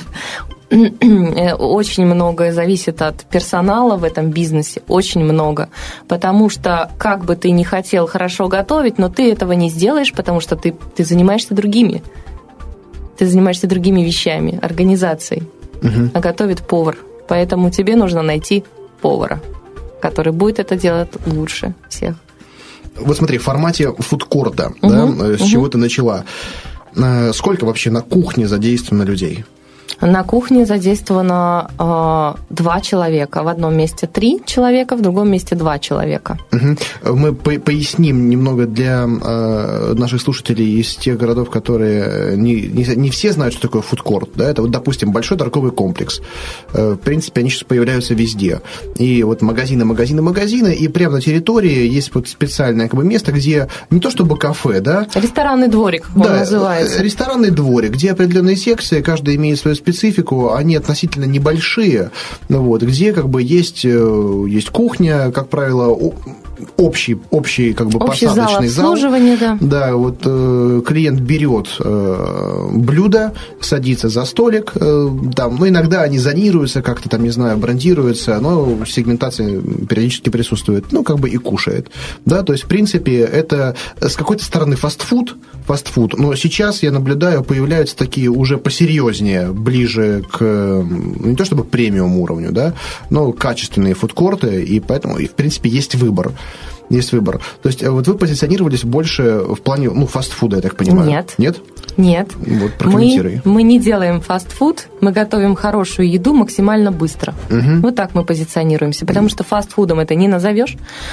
S4: Очень многое зависит от персонала в этом бизнесе, очень много. Потому что, как бы ты ни хотел хорошо готовить, но ты этого не сделаешь, потому что ты, ты занимаешься другими. Ты занимаешься другими вещами, организацией. Угу. А готовит повар. Поэтому тебе нужно найти повара, который будет это делать лучше всех.
S3: Вот смотри, в формате фудкорта,
S4: угу,
S3: да, с
S4: угу.
S3: чего ты начала. Сколько вообще на кухне задействовано людей?
S4: На кухне задействовано э, два человека. В одном месте три человека, в другом месте два человека.
S3: Угу. Мы по- поясним немного для э, наших слушателей из тех городов, которые не, не, не все знают, что такое фудкорт. Да? Это, вот, допустим, большой торговый комплекс. Э, в принципе, они сейчас появляются везде. И вот магазины, магазины, магазины, и прямо на территории есть вот специальное как бы, место, где не то чтобы кафе, да?
S4: Ресторанный дворик, он
S3: да,
S4: называется.
S3: Ресторанный дворик, где определенные секции, каждая имеет свою специфику, они относительно небольшие, вот, где как бы есть, есть кухня, как правило, общий, общий как бы
S4: общий
S3: посадочный
S4: зал обслуживания,
S3: зал.
S4: Да.
S3: Да, вот э, клиент берет э, блюдо, садится за столик, э, там, ну, иногда они зонируются, как-то там, не знаю, брендируются, но сегментация периодически присутствует, ну, как бы и кушает, да, то есть, в принципе, это с какой-то стороны фастфуд, фастфуд, но сейчас я наблюдаю, появляются такие уже посерьезнее, ближе к, не то чтобы премиум уровню, да, но качественные фудкорты, и поэтому, и, в принципе, есть выбор. Есть выбор. То есть вот вы позиционировались больше в плане, ну, фастфуда, я так понимаю.
S4: Нет.
S3: Нет?
S4: Нет.
S3: Вот, прокомментируй.
S4: Мы, мы не делаем фастфуд, мы готовим хорошую еду максимально быстро. Угу. Вот так мы позиционируемся, потому что фастфудом это не назовешь.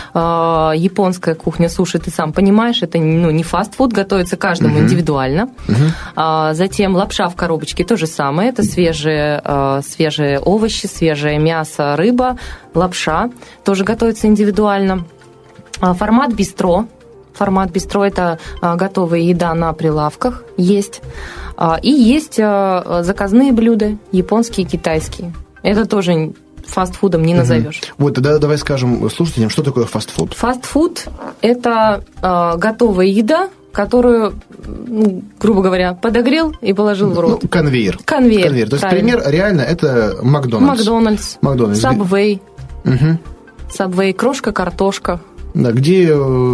S4: Японская кухня, суши, ты сам понимаешь, это ну, не фастфуд, готовится каждому угу. индивидуально. Угу. Затем лапша в коробочке, то же самое, это свежие, свежие овощи, свежее мясо, рыба, лапша, тоже готовится индивидуально. Формат бистро. Формат бистро – это готовая еда на прилавках, есть. И есть заказные блюда, японские, китайские. Это тоже фастфудом не назовешь.
S3: Угу. Вот, тогда давай скажем слушателям, что такое фастфуд.
S4: Фастфуд – это готовая еда, которую, ну, грубо говоря, подогрел и положил в рот.
S3: Ну, конвейер.
S4: Конвейер,
S3: конвейер. То есть
S4: правильно.
S3: пример реально это Макдональдс.
S4: Макдональдс.
S3: Макдональдс.
S4: Сабвей.
S3: Угу.
S4: Сабвей, крошка-картошка.
S3: Да, где,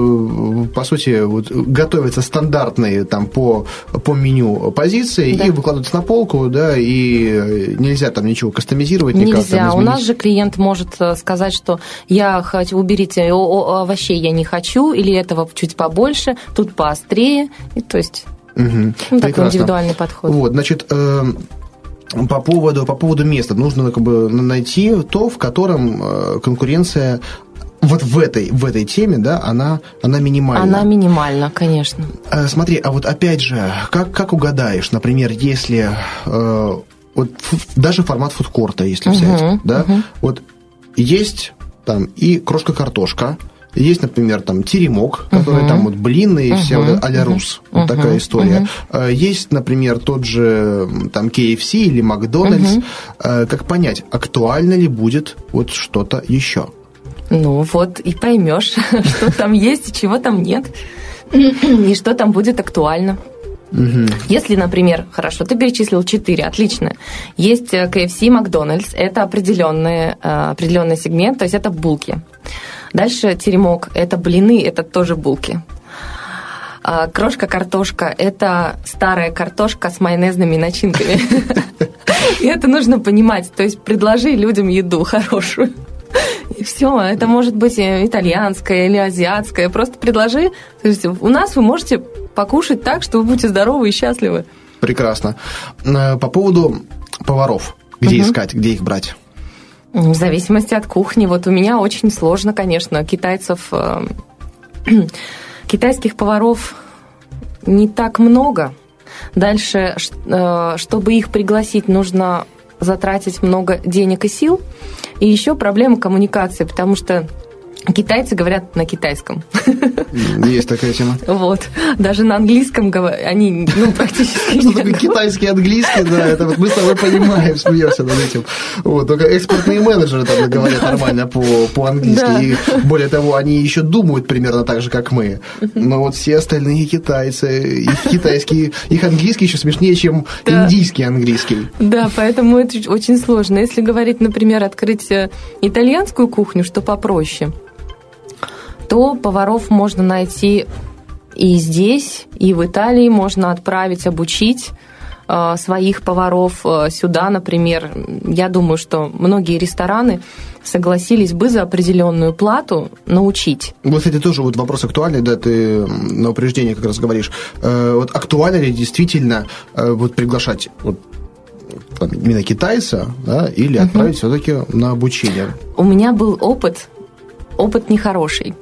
S3: по сути, вот, готовятся стандартные там, по, по меню позиции да. и выкладываются на полку, да, и нельзя там ничего кастомизировать.
S4: Нельзя. У нас же клиент может сказать, что я хочу, уберите овощей, я не хочу, или этого чуть побольше, тут поострее. И, то есть,
S3: угу.
S4: ну, такой индивидуальный подход.
S3: Вот, значит... Э- По поводу, по поводу места. Нужно как бы найти то, в котором конкуренция вот в этой, в этой теме, да, она, она минимальна.
S4: Она минимальна, конечно.
S3: Смотри, а вот опять же, как, как угадаешь, например, если э, вот даже формат фудкорта, если взять, uh-huh, да, uh-huh. вот есть там и крошка-картошка, есть, например, там теремок, который uh-huh. там вот блинные, uh-huh. вся вот а-ля Рус. Uh-huh. Вот такая история. Uh-huh. Есть, например, тот же там кей эф си или Макдональдс. Uh-huh. Как понять, актуально ли будет вот что-то еще?
S4: Ну вот и поймешь, что там есть и чего там нет, и что там будет актуально. Угу. Если, например, хорошо, ты перечислил четыре, отлично. Есть кей эф си, Макдональдс, это определенный, определенный сегмент, то есть это булки. Дальше теремок, это блины, это тоже булки. Крошка-картошка – это старая картошка с майонезными начинками. И это нужно понимать, то есть предложи людям еду хорошую. И все, это может быть итальянская или азиатская. Просто предложи. То есть у нас вы можете покушать так, что вы будете здоровы и счастливы.
S3: Прекрасно. По поводу поваров. Где угу. искать, где их брать?
S4: В зависимости от кухни. Вот у меня очень сложно, конечно. Китайцев, китайских поваров не так много. Дальше, чтобы их пригласить, нужно затратить много денег и сил. И еще проблема коммуникации, потому что китайцы говорят на китайском.
S3: Есть такая тема.
S4: Вот. Даже на английском они ну, практически
S3: Что такое китайский, английский, да, это вот мы с тобой понимаем, смеемся над этим. Вот, только экспортные менеджеры там говорят нормально по, по-английски. Да. И более того, они еще думают примерно так же, как мы. Но вот все остальные китайцы, их китайский, их английский еще смешнее, чем да. индийский английский.
S4: Да, поэтому это очень сложно. Если говорить, например, открыть итальянскую кухню, что попроще, то поваров можно найти и здесь, и в Италии. Можно отправить, обучить э, своих поваров э, сюда, например. Я думаю, что многие рестораны согласились бы за определенную плату научить.
S3: Вот, кстати, тоже вот вопрос актуальный, да, ты на упреждение как раз говоришь. Э, вот актуально ли действительно э, вот приглашать вот, именно китайца, да, или uh-huh. отправить все-таки на обучение?
S4: У меня был опыт... Опыт нехороший.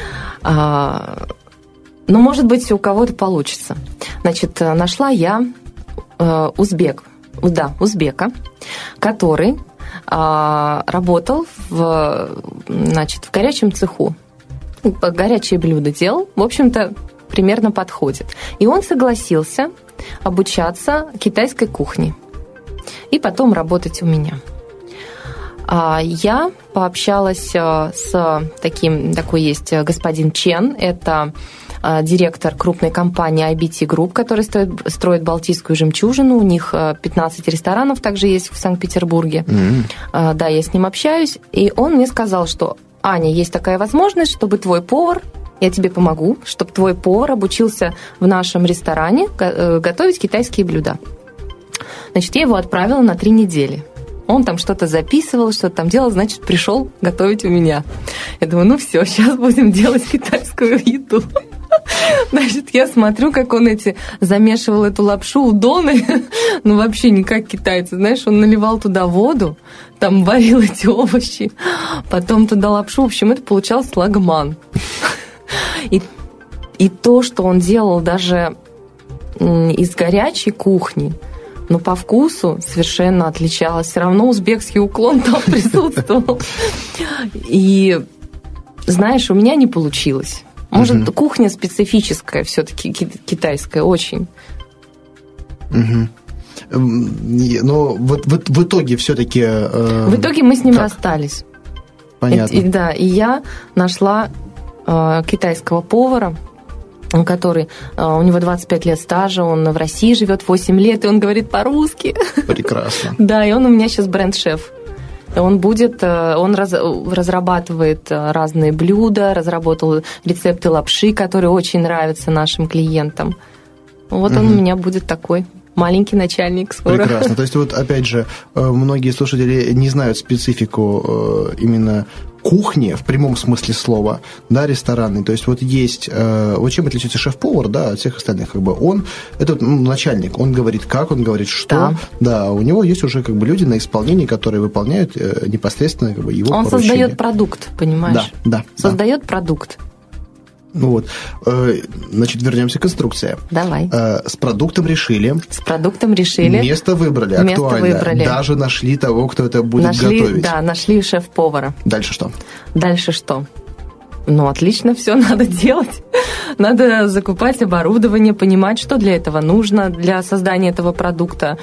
S4: Но, может быть, у кого-то получится. Значит, нашла я узбек, да, узбека, который работал в, значит, в горячем цеху. Горячие блюда делал. В общем-то, примерно подходит. И он согласился обучаться китайской кухне. И потом работать у меня. Я пообщалась с таким, такой есть господин Чен, это директор крупной компании ай би ти Group, который строит, строит Балтийскую жемчужину, у них пятнадцать ресторанов также есть в Санкт-Петербурге. Mm-hmm. Да, я с ним общаюсь, и он мне сказал, что, Аня, есть такая возможность, чтобы твой повар, я тебе помогу, чтобы твой повар обучился в нашем ресторане готовить китайские блюда. Значит, я его отправила на три недели. Он там что-то записывал, что-то там делал, значит, пришел готовить у меня. Я думаю, ну все, сейчас будем делать китайскую еду. Значит, я смотрю, как он эти замешивал эту лапшу, удоны, ну вообще не как китайцы, знаешь, он наливал туда воду, там варил эти овощи, потом туда лапшу, в общем, это получался лагман. И, и то, что он делал даже из горячей кухни, но по вкусу совершенно отличалось. Все равно узбекский уклон там присутствовал. И, знаешь, у меня не получилось. Может, угу. кухня специфическая все-таки, китайская, очень.
S3: Угу. Но вот, вот в итоге все-таки... Э,
S4: в итоге мы с ним
S3: как?
S4: расстались.
S3: Понятно.
S4: И, и, да, и я нашла э, китайского повара, который, э, у него двадцать пять лет стажа, он в России живет восемь лет, и он говорит по-русски.
S3: Прекрасно.
S4: Да, и он у меня сейчас бренд-шеф. Он будет, он раз, разрабатывает разные блюда, разработал рецепты лапши, которые очень нравятся нашим клиентам. Вот угу. он у меня будет такой маленький начальник скоро.
S3: Прекрасно. То есть вот опять же, многие слушатели не знают специфику именно кухни в прямом смысле слова, да, ресторанной. То есть вот есть, вот чем отличается шеф-повар, да, от всех остальных, как бы он, это ну, начальник, он говорит как, он говорит что, да. да, у него есть уже как бы люди на исполнении, которые выполняют непосредственно как бы его
S4: он
S3: поручения.
S4: Создает продукт, понимаешь?
S3: Да, да.
S4: Создает
S3: да.
S4: продукт.
S3: Ну вот, значит, вернемся к инструкции.
S4: Давай.
S3: С продуктом решили.
S4: С продуктом решили.
S3: Место выбрали,
S4: Место
S3: актуально.
S4: выбрали.
S3: Даже нашли того, кто это будет
S4: нашли,
S3: готовить.
S4: Да, нашли шеф-повара.
S3: Дальше что?
S4: Дальше что? Ну, отлично, все надо делать. Надо закупать оборудование, понимать, что для этого нужно, для создания этого продукта.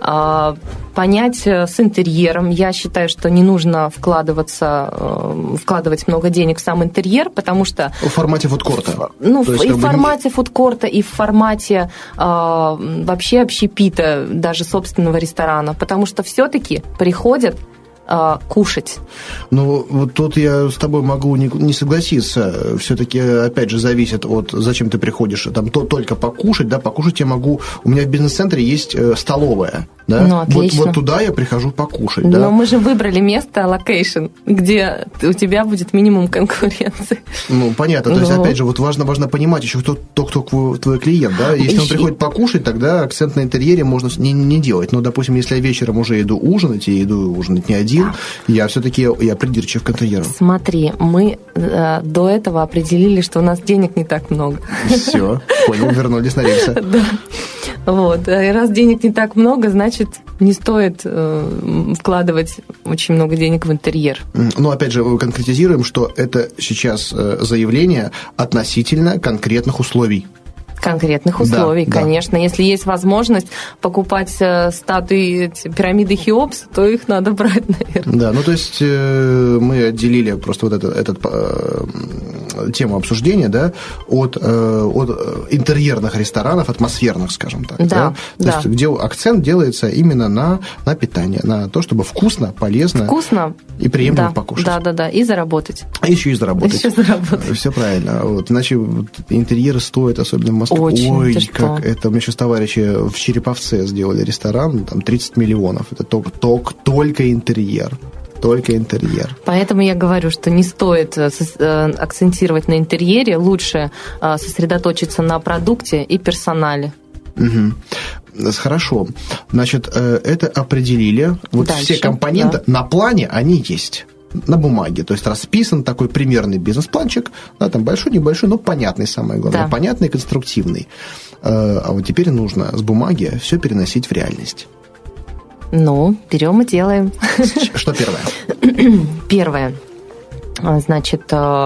S4: Понять с интерьером. Я считаю, что не нужно вкладываться, вкладывать много денег в сам интерьер, потому что...
S3: В формате фудкорта.
S4: Ну,
S3: То есть,
S4: и в формате
S3: не...
S4: фудкорта, и в формате вообще общепита, даже собственного ресторана. Потому что все-таки приходят кушать.
S3: Ну, вот тут я с тобой могу не, не согласиться. Все-таки, опять же, зависит от, зачем ты приходишь, там, то, только покушать, да, покушать я могу... У меня в бизнес-центре есть столовая, да?
S4: Ну, отлично.
S3: Вот, вот туда я прихожу покушать,
S4: Но
S3: да?
S4: мы же выбрали место, локейшн, где у тебя будет минимум конкуренции.
S3: Ну, понятно. То
S4: ну...
S3: есть, опять же, вот важно, важно понимать еще, кто, кто, кто твой клиент, да? Если он приходит покушать, тогда акцент на интерьере можно не, не делать. Но, допустим, если я вечером уже иду ужинать, и иду ужинать не один, я все-таки я придирчив к интерьеру.
S4: Смотри, мы э, до этого определили, что у нас денег не так много.
S3: Все, понял, вернулись на рельсы.
S4: Да. Вот. И раз денег не так много, значит, не стоит э, вкладывать очень много денег в интерьер.
S3: Ну, опять же, конкретизируем, что это сейчас заявление относительно конкретных условий.
S4: Конкретных условий, да, конечно. Да. Если есть возможность покупать статуи пирамиды Хеопса, то их надо брать, наверное.
S3: Да, ну то есть мы отделили просто вот этот, этот тему обсуждения, да, от, от интерьерных ресторанов, атмосферных, скажем так.
S4: Да,
S3: да? То
S4: да.
S3: есть где акцент делается именно на, на питание, на то, чтобы вкусно, полезно
S4: вкусно,
S3: и приемлемо
S4: да,
S3: покушать.
S4: Да, да, да, и заработать.
S3: А еще и заработать.
S4: Еще заработать.
S3: Все правильно. Вот. Иначе интерьеры стоят, особенно в Москве.
S4: Очень,
S3: ой,
S4: ты
S3: как
S4: что?
S3: это. У меня сейчас товарищи в Череповце сделали ресторан, там тридцать миллионов. Это только, только, только интерьер. Только интерьер.
S4: Поэтому я говорю, что не стоит акцентировать на интерьере, лучше сосредоточиться на продукте и персонале.
S3: Угу. Хорошо. Значит, это определили. Вот
S4: дальше,
S3: все компоненты
S4: да.
S3: на плане, они есть. На бумаге, то есть расписан такой примерный бизнес-планчик, да, там большой, небольшой, но понятный, самое главное, да. понятный, конструктивный. А вот теперь нужно с бумаги все переносить в реальность.
S4: Ну, берем и делаем.
S3: Что первое?
S4: Первое. Значит,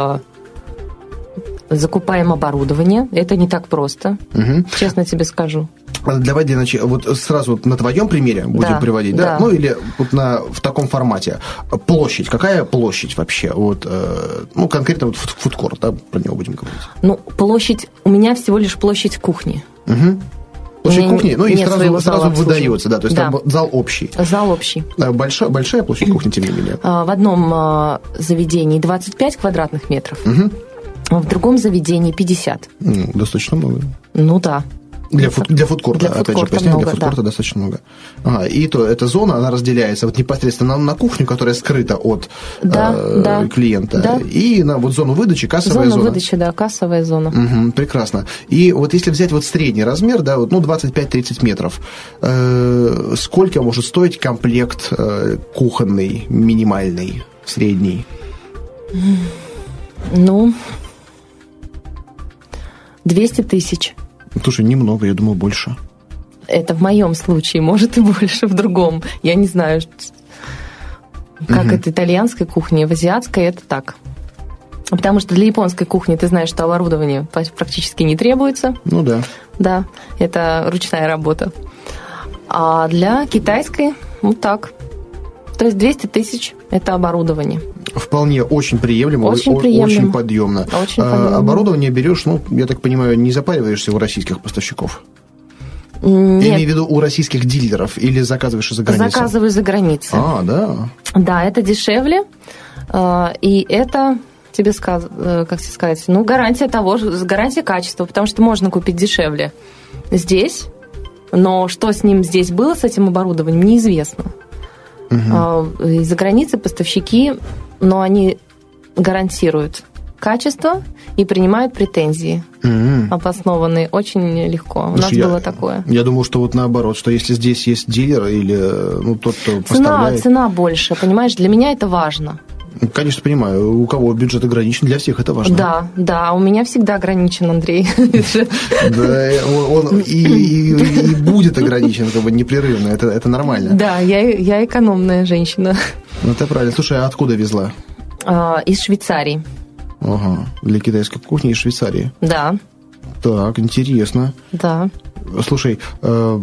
S4: закупаем оборудование. Это не так просто, угу. честно тебе скажу.
S3: Давай для начала, вот сразу на твоем примере будем
S4: да,
S3: приводить, да?
S4: да?
S3: Ну, или вот на, в таком формате. Площадь. Какая площадь вообще? Вот, ну, конкретно вот фудкорт, да, про него будем говорить.
S4: Ну, площадь, у меня всего лишь площадь кухни.
S3: Угу. Площадь кухни, ну, и сразу, сразу выдается, да, то есть да. там зал общий.
S4: Зал общий.
S3: Большая, большая площадь кухни, тем не менее.
S4: В одном заведении двадцать пять квадратных метров, угу. в другом заведении пятьдесят.
S3: Ну, достаточно много.
S4: Ну, да.
S3: Для, фуд, для фудкорта,
S4: для
S3: опять
S4: фудкорта
S3: же, поясняю,
S4: много,
S3: для фудкорта
S4: да.
S3: достаточно много. Ага, и то, эта зона, она разделяется вот непосредственно на, на кухню, которая скрыта от
S4: да,
S3: э,
S4: да,
S3: клиента,
S4: да.
S3: и на вот зону выдачи, кассовая
S4: зона.
S3: зона.
S4: Зона выдачи, да, кассовая зона.
S3: Угу, прекрасно. И вот если взять вот средний размер, да, вот, ну, двадцать пять тридцать метров, э, сколько может стоить комплект э, кухонный, минимальный, средний?
S4: Ну, двести тысяч.
S3: Слушай, немного, я думал, больше.
S4: Это в моем случае, может и больше в другом. Я не знаю, как
S3: Угу.
S4: это итальянской кухне, в азиатской это так. Потому что для японской кухни ты знаешь, что оборудование практически не требуется.
S3: Ну да.
S4: Да, это ручная работа. А для китайской, ну так. То есть двести тысяч – это оборудование.
S3: Вполне очень приемлемо,
S4: Очень
S3: о-
S4: приемлемо.
S3: очень подъемно.
S4: Очень
S3: А,
S4: подъемно.
S3: оборудование берешь, ну, я так понимаю, не запариваешься у российских поставщиков?
S4: Нет,
S3: Я имею в виду у российских дилеров или заказываешь из-за границы?
S4: заказываю за границей.
S3: А, да.
S4: Да, это дешевле, э, и это тебе сказ... э, как тебе сказать, ну, гарантия того, же- гарантия качества, потому что можно купить дешевле здесь, но что с ним здесь было, с этим оборудованием, неизвестно. Угу. Из-за границы поставщики, но они гарантируют качество и принимают претензии
S3: М-м.
S4: обоснованные очень легко. У
S3: Слушай,
S4: нас
S3: я,
S4: было такое.
S3: Я думал, что вот наоборот, что если здесь есть дилер или ну, тот, кто
S4: Цена,
S3: поставляет...
S4: цена больше, понимаешь, для меня это важно.
S3: Конечно, понимаю, у кого бюджет ограничен, для всех это важно.
S4: Да, да, у меня всегда ограничен, Андрей, бюджет.
S3: Да, он, он и, и, и будет ограничен как бы непрерывно, это, это нормально.
S4: Да, я, я экономная женщина.
S3: Ну, это правильно. Слушай, а откуда везла?
S4: А, из Швейцарии.
S3: Ага, для китайской кухни из Швейцарии.
S4: Да,
S3: Так, интересно.
S4: да.
S3: Слушай, э,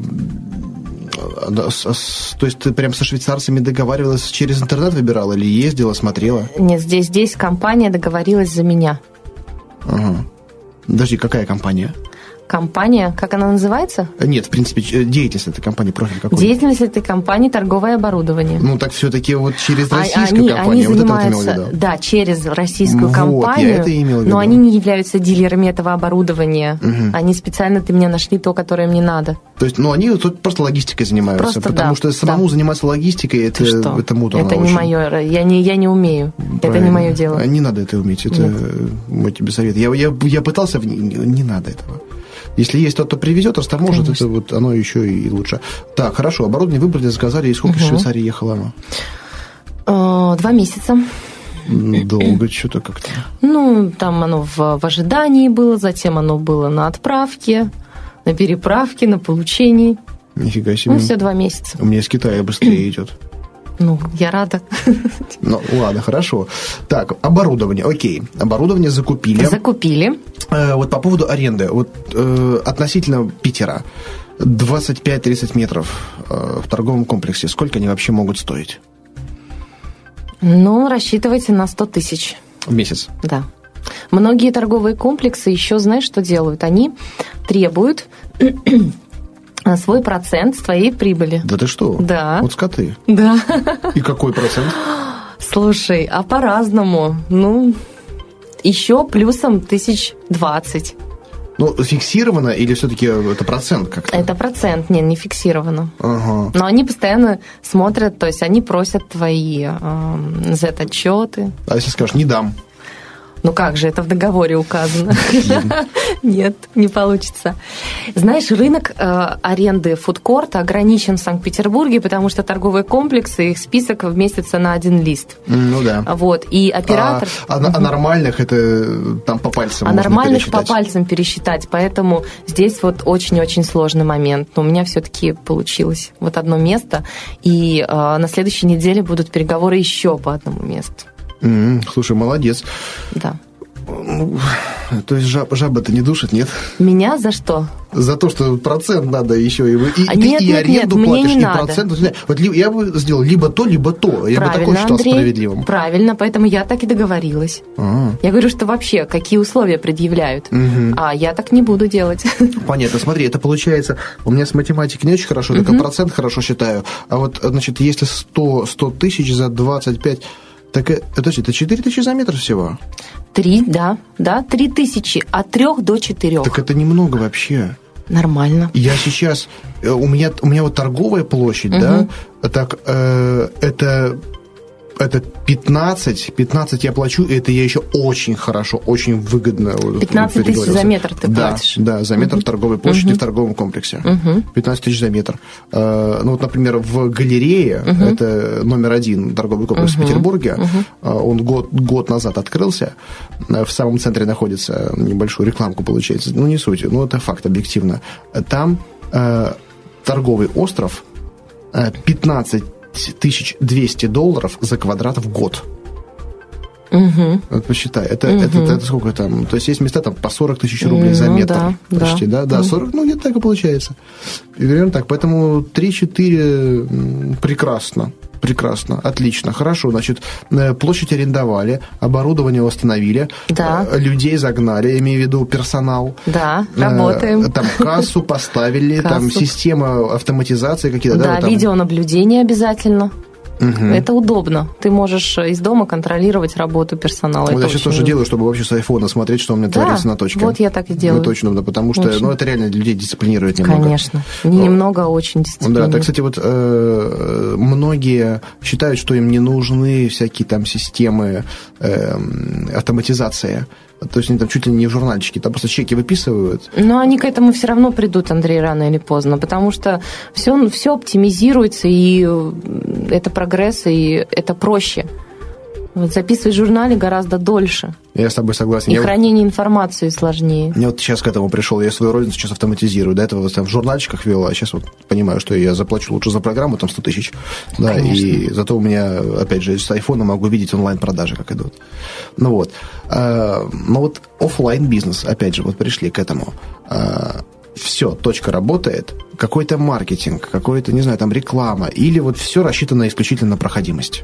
S3: а, с- с- то есть ты прям со швейцарцами договаривалась, через интернет выбирала или ездила, смотрела?
S4: Нет, здесь, здесь компания договорилась за меня.
S3: Ага. Подожди, какая компания?
S4: Компания, как она называется?
S3: Нет, в принципе, ч- деятельность этой компании, профиль какой?
S4: Деятельность этой компании – торговое оборудование.
S3: Ну, так все-таки вот через
S4: А-
S3: российскую
S4: они,
S3: компанию,
S4: они
S3: вот это вот
S4: занимаются,
S3: имел в виду.
S4: да, через российскую
S3: Вот,
S4: компанию,
S3: я это и имел в виду.
S4: но они не являются дилерами этого оборудования.
S3: Мгм.
S4: Они специально для меня нашли то, которое мне надо.
S3: То есть, ну, они тут просто логистикой занимаются,
S4: Просто
S3: потому
S4: да,
S3: что самому
S4: да.
S3: заниматься логистикой, это,
S4: Ты что?
S3: это муторно
S4: Это не
S3: очень.
S4: мое, я не, я не умею. Это не
S3: Правильно.
S4: мое дело.
S3: А Не надо это уметь, это
S4: Нет.
S3: мой тебе совет. Я, я, я пытался, в- не, не надо этого. Если есть тот, кто привезет, растаможит,
S4: Конечно.
S3: это вот оно еще и лучше. Так, хорошо, оборудование выбрали, заказали, и сколько из
S4: Мгм.
S3: Швейцарии ехало оно?
S4: Э, Два месяца.
S3: М, Долго, что-то как-то.
S4: Ну, там оно в, в ожидании было, затем оно было на отправке, на переправке, на получении.
S3: Нифига себе.
S4: Ну, все два месяца.
S3: У меня из Китая быстрее идет.
S4: Ну, я рада.
S3: Ну, ладно, хорошо. Так, оборудование, окей. Оборудование закупили.
S4: Закупили.
S3: Э, Вот по поводу аренды. Вот э, относительно Питера. двадцать пять тридцать метров э, в торговом комплексе. Сколько они вообще могут стоить?
S4: Ну, рассчитывайте на сто тысяч.
S3: В месяц.
S4: Да. Многие торговые комплексы еще, знаешь, что делают? Они требуют свой процент с твоей прибыли.
S3: Да ты что?
S4: Да.
S3: Вот скоты.
S4: Да.
S3: И какой процент?
S4: Слушай, а по-разному. Ну, еще плюсом тысяч двадцать.
S3: Ну, фиксировано или все-таки это процент как-то?
S4: Это процент, не, не фиксировано.
S3: Ага.
S4: Но они постоянно смотрят, то есть они просят твои э, зет-отчеты.
S3: А если скажешь, не дам?
S4: Ну как же, это в договоре указано. Нет, не получится. Знаешь, рынок э, аренды фудкорта ограничен в Санкт-Петербурге, потому что торговые комплексы, их список вместится на один лист.
S3: М, Ну да.
S4: Вот, и оператор...
S3: А, а, а нормальных это там по пальцам
S4: А
S3: можно
S4: нормальных по
S3: пересчитать.
S4: пальцам пересчитать, поэтому здесь вот очень-очень сложный момент. Но у меня все-таки получилось вот одно место, и э, на следующей неделе будут переговоры еще по одному месту.
S3: М, Слушай, молодец.
S4: Да.
S3: Ну, то есть жаб, жаба-то не душит, нет?
S4: Меня за что?
S3: За то, что процент надо еще и, и,
S4: А
S3: ты
S4: нет,
S3: и
S4: нет,
S3: аренду
S4: нет, мне
S3: платишь,
S4: не
S3: и
S4: надо.
S3: процент. Вот ли- я бы сделал либо то, либо то. Я бы такое
S4: Правильно,
S3: считал
S4: Андрей,
S3: справедливым.
S4: правильно, поэтому я так и договорилась.
S3: А,
S4: Я говорю, что вообще, какие условия предъявляют.
S3: Мгм.
S4: А я так не буду делать.
S3: Понятно, смотри, это получается, у меня с математикой не очень хорошо, только процент хорошо считаю. А вот, значит, если сто, сто тысяч за двадцать пять, так это, это четыре тысячи за метр всего?
S4: Три, да, да, три тысячи, от трех до четырех.
S3: Так это немного вообще.
S4: Нормально.
S3: Я сейчас... У меня, у меня вот торговая площадь, угу. да, так, э, это... Это пятнадцать, пятнадцать я плачу, и это я еще очень хорошо, очень выгодно.
S4: пятнадцать тысяч за метр ты
S3: да,
S4: платишь?
S3: Да, за метр uh-huh. торговой площади uh-huh. в торговом комплексе. Uh-huh. пятнадцать тысяч за метр. Ну вот, например, в галерее, uh-huh. это номер один торговый комплекс uh-huh. в Петербурге, uh-huh. он год, год назад открылся, в самом центре находится, небольшую рекламку получается, ну не суть, но это факт объективно. Там э, торговый остров, пятнадцать тысяч двести долларов за квадрат в год. Угу. Вот посчитай. Это, угу. это, это, это сколько там? То есть есть места там по сорок тысяч рублей ну, за метр. Да, почти, да? Да, да, сорок, ну, где-то так и получается. И примерно так. Поэтому три-четыре прекрасно. Прекрасно, отлично, хорошо. Значит, площадь арендовали, оборудование установили,
S4: да.
S3: людей загнали, я имею в виду персонал.
S4: Да, работаем.
S3: Там кассу поставили, кассу. Там система автоматизации какие-то.
S4: Да,
S3: да там...
S4: видеонаблюдение обязательно.
S3: Угу.
S4: Это удобно. Ты можешь из дома контролировать работу персонала.
S3: Вот я сейчас тоже делаю, чтобы вообще с айфона смотреть, что у меня да, творится на точке.
S4: Вот я так и делаю.
S3: Ну, точно, да, потому что ну, это реально людей дисциплинирует немного.
S4: Конечно. Не немного, а очень дисциплинирует.
S3: Да, так, кстати, вот э, многие считают, что им не нужны всякие там системы э, автоматизации. То есть они там чуть ли не в журнальчике, там просто чеки выписывают.
S4: Но они к этому все равно придут, Андрей, рано или поздно, потому что все, все оптимизируется, и это прогресс, и это проще. Вот записывать в журнале гораздо дольше.
S3: Я с тобой согласен.
S4: И
S3: я
S4: хранение вот... информации сложнее.
S3: Я вот сейчас к этому пришел. Я свою розницу сейчас автоматизирую. До этого вот там в журнальчиках вел, а сейчас вот понимаю, что я заплачу лучше за программу, там сто тысяч. Да, и зато у меня, опять же, с айфона могу видеть онлайн-продажи, как идут. Ну вот. Но вот офлайн бизнес, опять же, вот пришли к этому. Все, точка работает, какой-то маркетинг, какой-то, не знаю, там реклама, или вот все рассчитано исключительно на проходимость?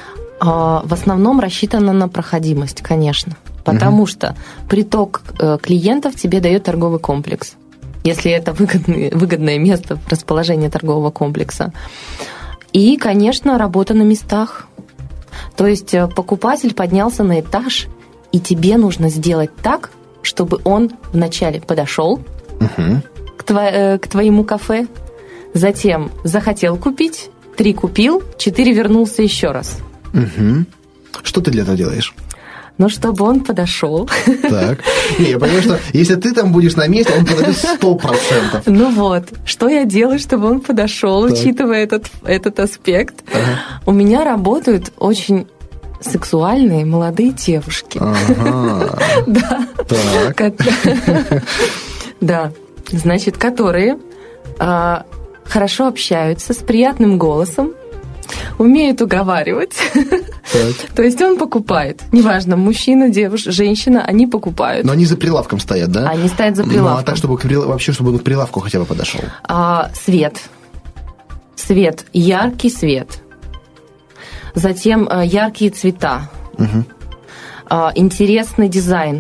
S4: В основном рассчитано на проходимость, конечно. Потому угу. что приток клиентов тебе дает торговый комплекс. Если это выгодное, выгодное место расположения торгового комплекса. И, конечно, работа на местах. То есть покупатель поднялся на этаж, и тебе нужно сделать так, чтобы он вначале подошел угу. к, тво- к твоему кафе, затем захотел купить, три купил, четыре вернулся еще раз.
S3: Угу. Что ты для этого делаешь?
S4: Ну, чтобы он подошел.
S3: Так. Не, я понимаю, что если ты там будешь на месте, он подойдет сто процентов.
S4: Ну вот. Что я делаю, чтобы он подошел, учитывая этот, этот аспект? Ага. У меня работают очень сексуальные молодые девушки.
S3: Ага.
S4: Да.
S3: Так.
S4: Да. Значит, которые хорошо общаются, с приятным голосом, умеет уговаривать. То есть он покупает. Неважно, мужчина, девушка, женщина, они покупают.
S3: Но они за прилавком стоят, да?
S4: Они стоят за прилавком. Ну,
S3: а так, чтобы вообще, чтобы он к прилавку хотя бы подошел?
S4: А, свет. Свет. Яркий свет. Затем а, яркие цвета. Угу. А, интересный дизайн.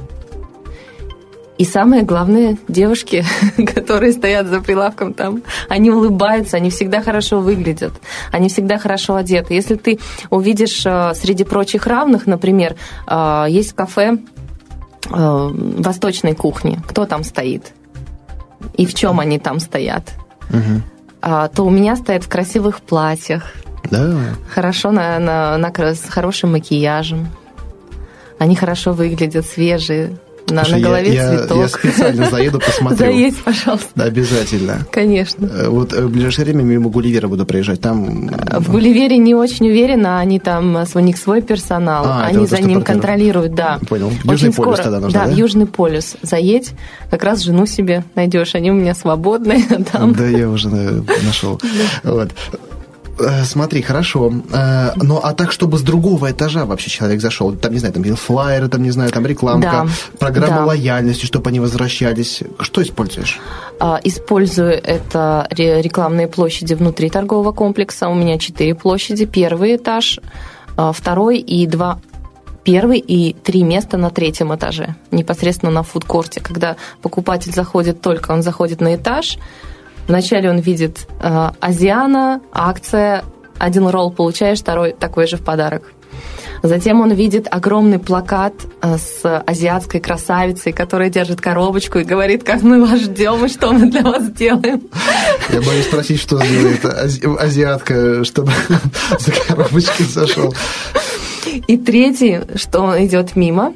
S4: И самое главное, девушки, которые стоят за прилавком там, они улыбаются, они всегда хорошо выглядят, они всегда хорошо одеты. Если ты увидишь среди прочих равных, например, есть кафе восточной кухни, кто там стоит и в чем они там стоят, угу. то у меня стоят в красивых платьях,
S3: да. хорошо
S4: на, на, на, с хорошим макияжем, они хорошо выглядят, свежие. На, на голове
S3: я,
S4: цветок.
S3: Я, я специально заеду, посмотрю.
S4: Заедь, пожалуйста.
S3: Да, обязательно.
S4: Конечно.
S3: Вот в ближайшее время мимо Гулливера буду проезжать. Там...
S4: В Гулливере не очень уверена, они там, у них свой персонал, а, они за ним контролируют, да.
S3: Понял.
S4: Очень
S3: Южный
S4: скоро,
S3: полюс тогда нужно,
S4: да? Да, в Южный полюс. Заедь, как раз жену себе найдешь, они у меня свободные там.
S3: Да, я уже нашел. Вот. Смотри, хорошо. Ну, а так, чтобы с другого этажа вообще человек зашел, там, не знаю, там флайеры, там, не знаю, там рекламка, да, программа да. лояльности, чтобы они возвращались. Что используешь?
S4: Использую это рекламные площади внутри торгового комплекса. У меня четыре площади. Первый этаж, второй и два... Первый и три места на третьем этаже, непосредственно на фудкорте. Когда покупатель заходит только, он заходит на этаж. Вначале он видит э, Азиана, акция, один ролл получаешь, второй такой же в подарок. Затем он видит огромный плакат с азиатской красавицей, которая держит коробочку и говорит, как мы вас ждем и что мы для вас делаем.
S3: Я боюсь спросить, что делает азиатка, чтобы за коробочкой зашел.
S4: И третий, что он идет мимо,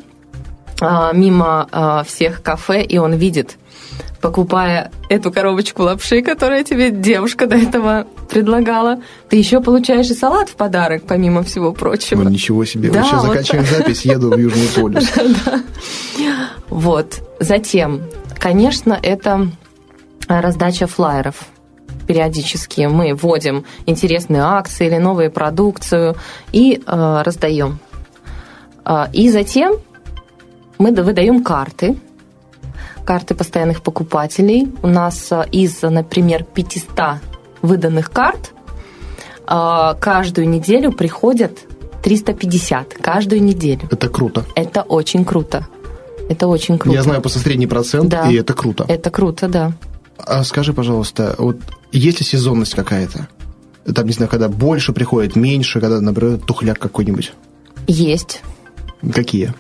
S4: мимо всех кафе, и он видит, покупая эту коробочку лапши, которую тебе девушка до этого предлагала, ты еще получаешь и салат в подарок, помимо всего прочего.
S3: Ну, ничего себе.
S4: Да,
S3: Сейчас
S4: вот
S3: заканчиваем так. запись, еду в Южный полюс.
S4: Вот. Затем, конечно, это раздача флаеров. Периодически мы вводим интересные акции или новую продукцию и э, раздаем. И затем мы выдаем карты, карты постоянных покупателей. У нас из, например, пятьсот выданных карт каждую неделю приходят триста пятьдесят. Каждую неделю.
S3: Это круто.
S4: Это очень круто. Это очень круто.
S3: Я знаю просто средний процент,
S4: да.
S3: И это круто.
S4: Это круто, да.
S3: А скажи, пожалуйста, вот есть ли сезонность какая-то? Там, не знаю, когда больше приходит, меньше, когда, например, тухляк какой-нибудь?
S4: Есть.
S3: Какие?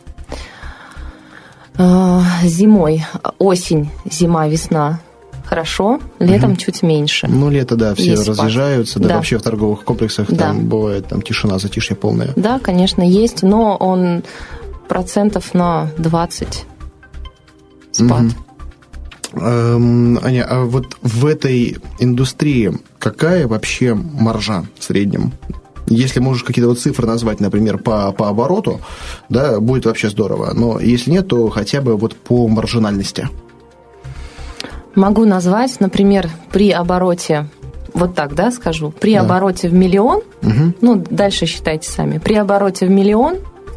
S4: Зимой, осень, зима, весна. Хорошо, летом угу. чуть меньше.
S3: Ну, лето, да, все
S4: есть
S3: разъезжаются, да, да, вообще в торговых комплексах
S4: да.
S3: там бывает там тишина, затишье полное.
S4: Да, конечно, есть, но он процентов на двадцать спад.
S3: Угу. Эм, Аня, а вот в этой индустрии какая вообще маржа в среднем? Если можешь какие-то вот цифры назвать, например, по, по обороту, да, будет вообще здорово. Но если нет, то хотя бы вот по маржинальности.
S4: Могу назвать, например, при обороте, вот так, да, скажу, при да. обороте в миллион, угу. ну, дальше считайте сами, при обороте в миллион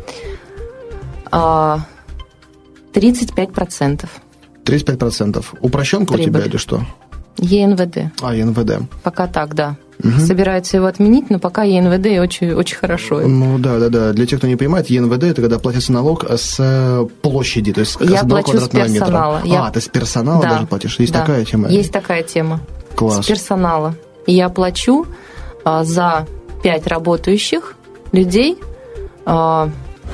S4: тридцать пять процентов.
S3: тридцать пять процентов. Упрощенка Прибыль. У тебя или что?
S4: ЕНВД.
S3: А, ЕНВД.
S4: Пока так, да. Угу. Собираются его отменить, но пока ЕНВД очень, очень хорошо.
S3: Ну да, да, да. Для тех, кто не понимает, ЕНВД это когда платится налог с площади, то есть
S4: я
S3: с
S4: плачу с персонала.
S3: метра.
S4: Я...
S3: А, ты с персонала
S4: да.
S3: даже платишь? Есть
S4: да.
S3: такая тема?
S4: Есть такая тема.
S3: Класс.
S4: С персонала. И я плачу а, за пять работающих людей а,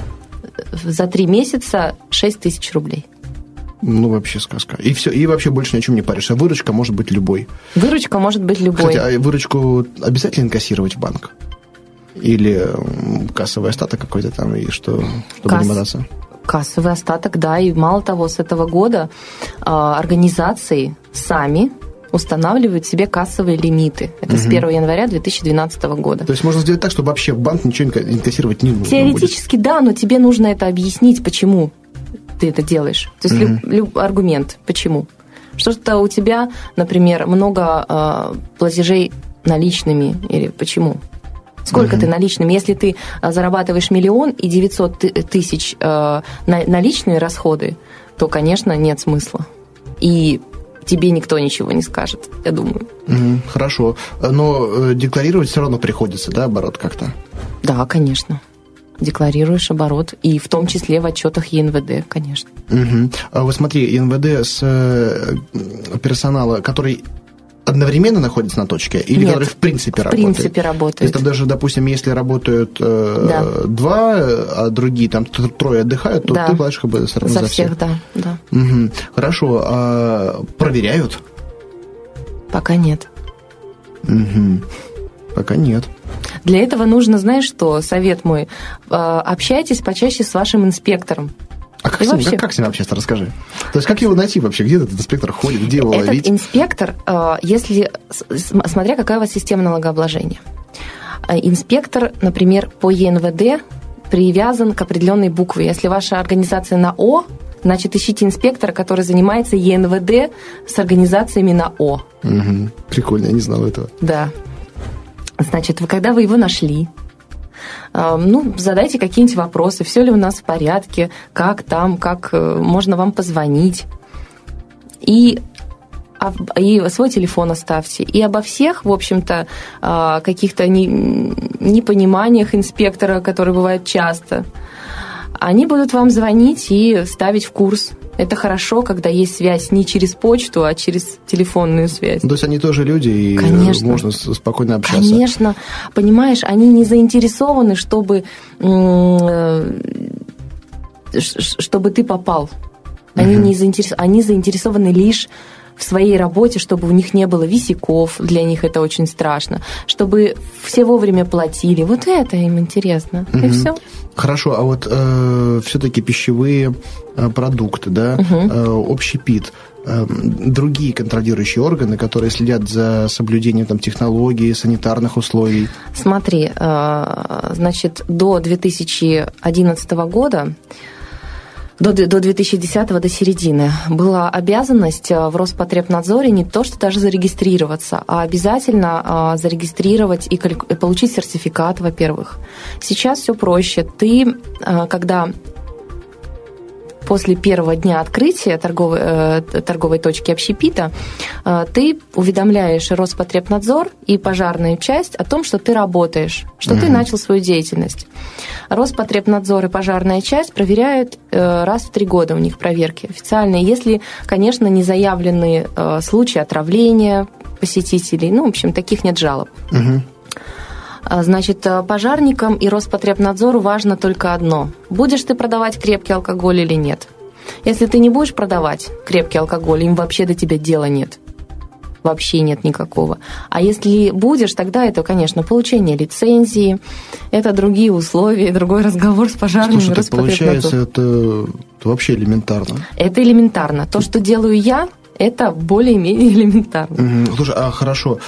S4: за три месяца шесть тысяч рублей.
S3: Ну, вообще сказка. И все, и вообще больше ни о чем не паришься. Выручка может быть любой.
S4: Выручка может быть любой.
S3: Кстати, а выручку обязательно инкассировать в банк? Или кассовый остаток какой-то там, и что, чтобы Касс... не мотаться?
S4: Кассовый остаток, да. И мало того, с этого года а, организации сами устанавливают себе кассовые лимиты. Это угу. с первого января две тысячи двенадцатого года.
S3: То есть можно сделать так, чтобы вообще в банк ничего инкассировать не нужно
S4: Теоретически,
S3: будет.
S4: Да, но тебе нужно это объяснить, почему ты это делаешь. То есть mm-hmm. люб, люб, аргумент, почему. Что-то у тебя, например, много э, платежей наличными, или почему? Сколько mm-hmm. ты наличными? Если ты зарабатываешь миллион и девятьсот тысяч э, наличные расходы, то, конечно, нет смысла. И тебе никто ничего не скажет, я думаю.
S3: Mm-hmm. Хорошо. Но декларировать все равно приходится, да, оборот как-то?
S4: Да, конечно. Декларируешь оборот, и в том числе в отчетах ЕНВД, конечно.
S3: Угу. А вот смотри, ЕНВД с персонала, который одновременно находится на точке, или
S4: Нет,
S3: который в принципе
S4: в
S3: работает?
S4: В принципе работает.
S3: То есть там даже, допустим, если работают
S4: да.
S3: два, а другие там трое отдыхают, то да. ты платишь как бы сразу за,
S4: за
S3: всех.
S4: всех. Да, да.
S3: Угу. Хорошо. А проверяют?
S4: Пока нет.
S3: Угу. Пока нет.
S4: Для этого нужно, знаешь что, совет мой, общайтесь почаще с вашим инспектором.
S3: А как, с ним, вообще... как, как с ним общаться, расскажи. То есть как его найти вообще? Где этот инспектор ходит, где его
S4: этот
S3: ловить?
S4: Этот инспектор, если, смотря какая у вас система налогообложения. Инспектор, например, по ЕНВД привязан к определенной букве. Если ваша организация на О, значит, ищите инспектора, который занимается ЕНВД с организациями на О.
S3: Угу. Прикольно, я не знал этого.
S4: Да. Значит, вы, когда вы его нашли, э, ну, задайте какие-нибудь вопросы, все ли у нас в порядке, как там, как э, можно вам позвонить. И, а, и свой телефон оставьте. И обо всех, в общем-то, э, каких-то не, непониманиях инспектора, которые бывают часто, они будут вам звонить и ставить в курс Это хорошо, когда есть связь не через почту, а через телефонную связь.
S3: То есть они тоже люди, и
S4: Конечно.
S3: можно спокойно общаться.
S4: Конечно. Понимаешь, они не заинтересованы, чтобы, чтобы ты попал. Они, угу. не заинтерес... они заинтересованы лишь в своей работе, чтобы у них не было висяков, для них это очень страшно, чтобы все вовремя платили. Вот это им интересно. Угу. И все.
S3: Хорошо, а вот э, все-таки пищевые э, продукты, да, угу. э, общепит, э, другие контролирующие органы, которые следят за соблюдением там, технологий, санитарных условий?
S4: Смотри, э, значит, до две тысячи одиннадцатого года До, до две тысячи десятого, до середины, была обязанность в Роспотребнадзоре не то, что даже зарегистрироваться, а обязательно зарегистрировать и получить сертификат, во-первых. Сейчас все проще. Ты, когда после первого дня открытия торговой, э, торговой точки общепита э, ты уведомляешь Роспотребнадзор и пожарную часть о том, что ты работаешь, что mm-hmm. ты начал свою деятельность. Роспотребнадзор и пожарная часть проверяют э, раз в три года, у них проверки официальные, если, конечно, не заявлены э, случаи отравления посетителей, ну, в общем, таких нет жалоб. Mm-hmm. Значит, пожарникам и Роспотребнадзору важно только одно. Будешь ты продавать крепкий алкоголь или нет. Если ты не будешь продавать крепкий алкоголь, им вообще до тебя дела нет. Вообще нет никакого. А если будешь, тогда это, конечно, получение лицензии, это другие условия, другой разговор с пожарными.
S3: Слушай, так получается, это, это вообще элементарно.
S4: Это элементарно. То, что делаю я, это более-менее элементарно.
S3: Слушай, а хорошо,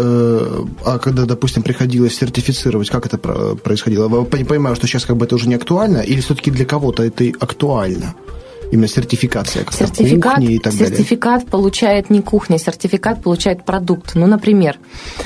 S3: а когда, допустим, приходилось сертифицировать, как это происходило? Я понимаю, что сейчас как бы это уже не актуально, или все-таки для кого-то это актуально? Именно сертификация, как
S4: сертификат,
S3: кухни и так далее.
S4: Сертификат получает не кухня, сертификат получает продукт. Ну, например,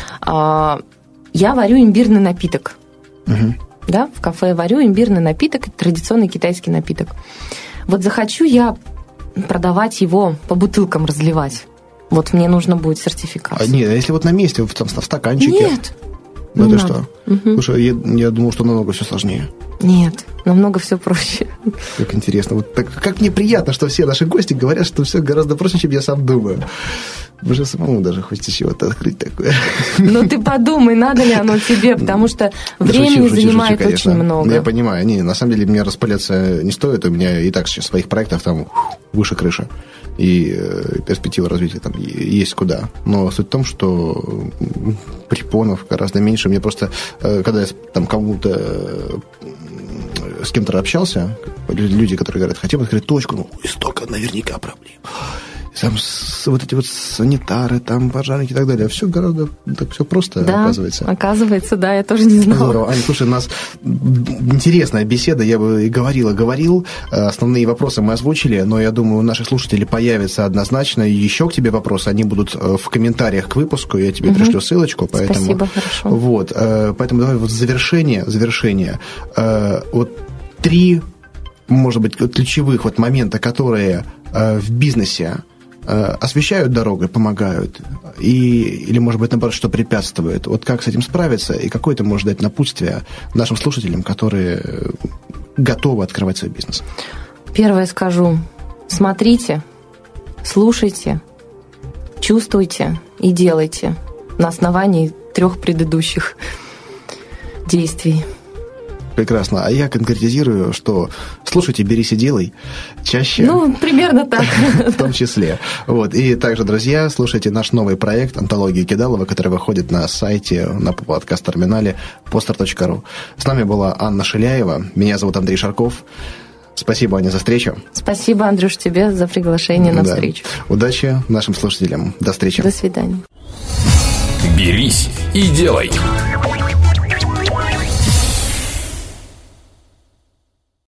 S4: я варю имбирный напиток. Угу. Да, в кафе варю имбирный напиток, традиционный китайский напиток. Вот захочу я продавать его по бутылкам, разливать. Вот мне нужно будет сертификат.
S3: А нет, а если вот на месте, в, там, в стаканчике?
S4: Нет.
S3: Ну это что? Угу. Слушай, я, я думал, что намного все сложнее.
S4: Нет, намного все проще.
S3: Как интересно. Вот так, как мне приятно, что все наши гости говорят, что все гораздо проще, чем я сам думаю. Уже самому даже хочется чего-то открыть такое.
S4: Ну, ты подумай, надо ли оно тебе, потому что времени занимает очень много.
S3: Я понимаю. Не, на самом деле, меня распыляться не стоит. У меня и так сейчас своих проектов там выше крыши. И перспектива развития там есть куда. Но суть в том, что препонов гораздо меньше. Мне просто, когда я там кому-то с кем-то общался, люди, которые говорят, хотим открыть точку, ну, и столько наверняка проблем. Там вот эти вот санитары, там пожарники и так далее. Все гораздо так все просто,
S4: да,
S3: оказывается.
S4: Оказывается, да, я тоже не знала.
S3: Здорово. Аня, слушай, у нас интересная беседа, я бы и говорила, говорил. Основные вопросы мы озвучили, но я думаю, у наших слушателей появится однозначно еще к тебе вопросы. Они будут в комментариях к выпуску, я тебе угу. пришлю ссылочку. Поэтому,
S4: спасибо, хорошо.
S3: Вот, поэтому давай вот завершение, завершение. Вот три, может быть, ключевых вот момента, которые в бизнесе освещают дорогу, помогают, и, или, может быть, наоборот, что препятствует. Вот как с этим справиться, и какое ты можешь дать напутствие нашим слушателям, которые готовы открывать свой бизнес?
S4: Первое скажу. Смотрите, слушайте, чувствуйте и делайте на основании трех предыдущих действий.
S3: Прекрасно. А я конкретизирую, что слушайте, берись и делай чаще.
S4: Ну, примерно так.
S3: В том числе. Вот. И также, друзья, слушайте наш новый проект «Антология Кидалова», который выходит на сайте, на подкаст-терминале постер точка ру. С нами была Анна Шиляева. Меня зовут Андрей Шарков. Спасибо, Аня, за встречу.
S4: Спасибо, Андрюш, тебе за приглашение на да. встречу.
S3: Удачи нашим слушателям. До встречи.
S4: До свидания.
S2: Берись и делай.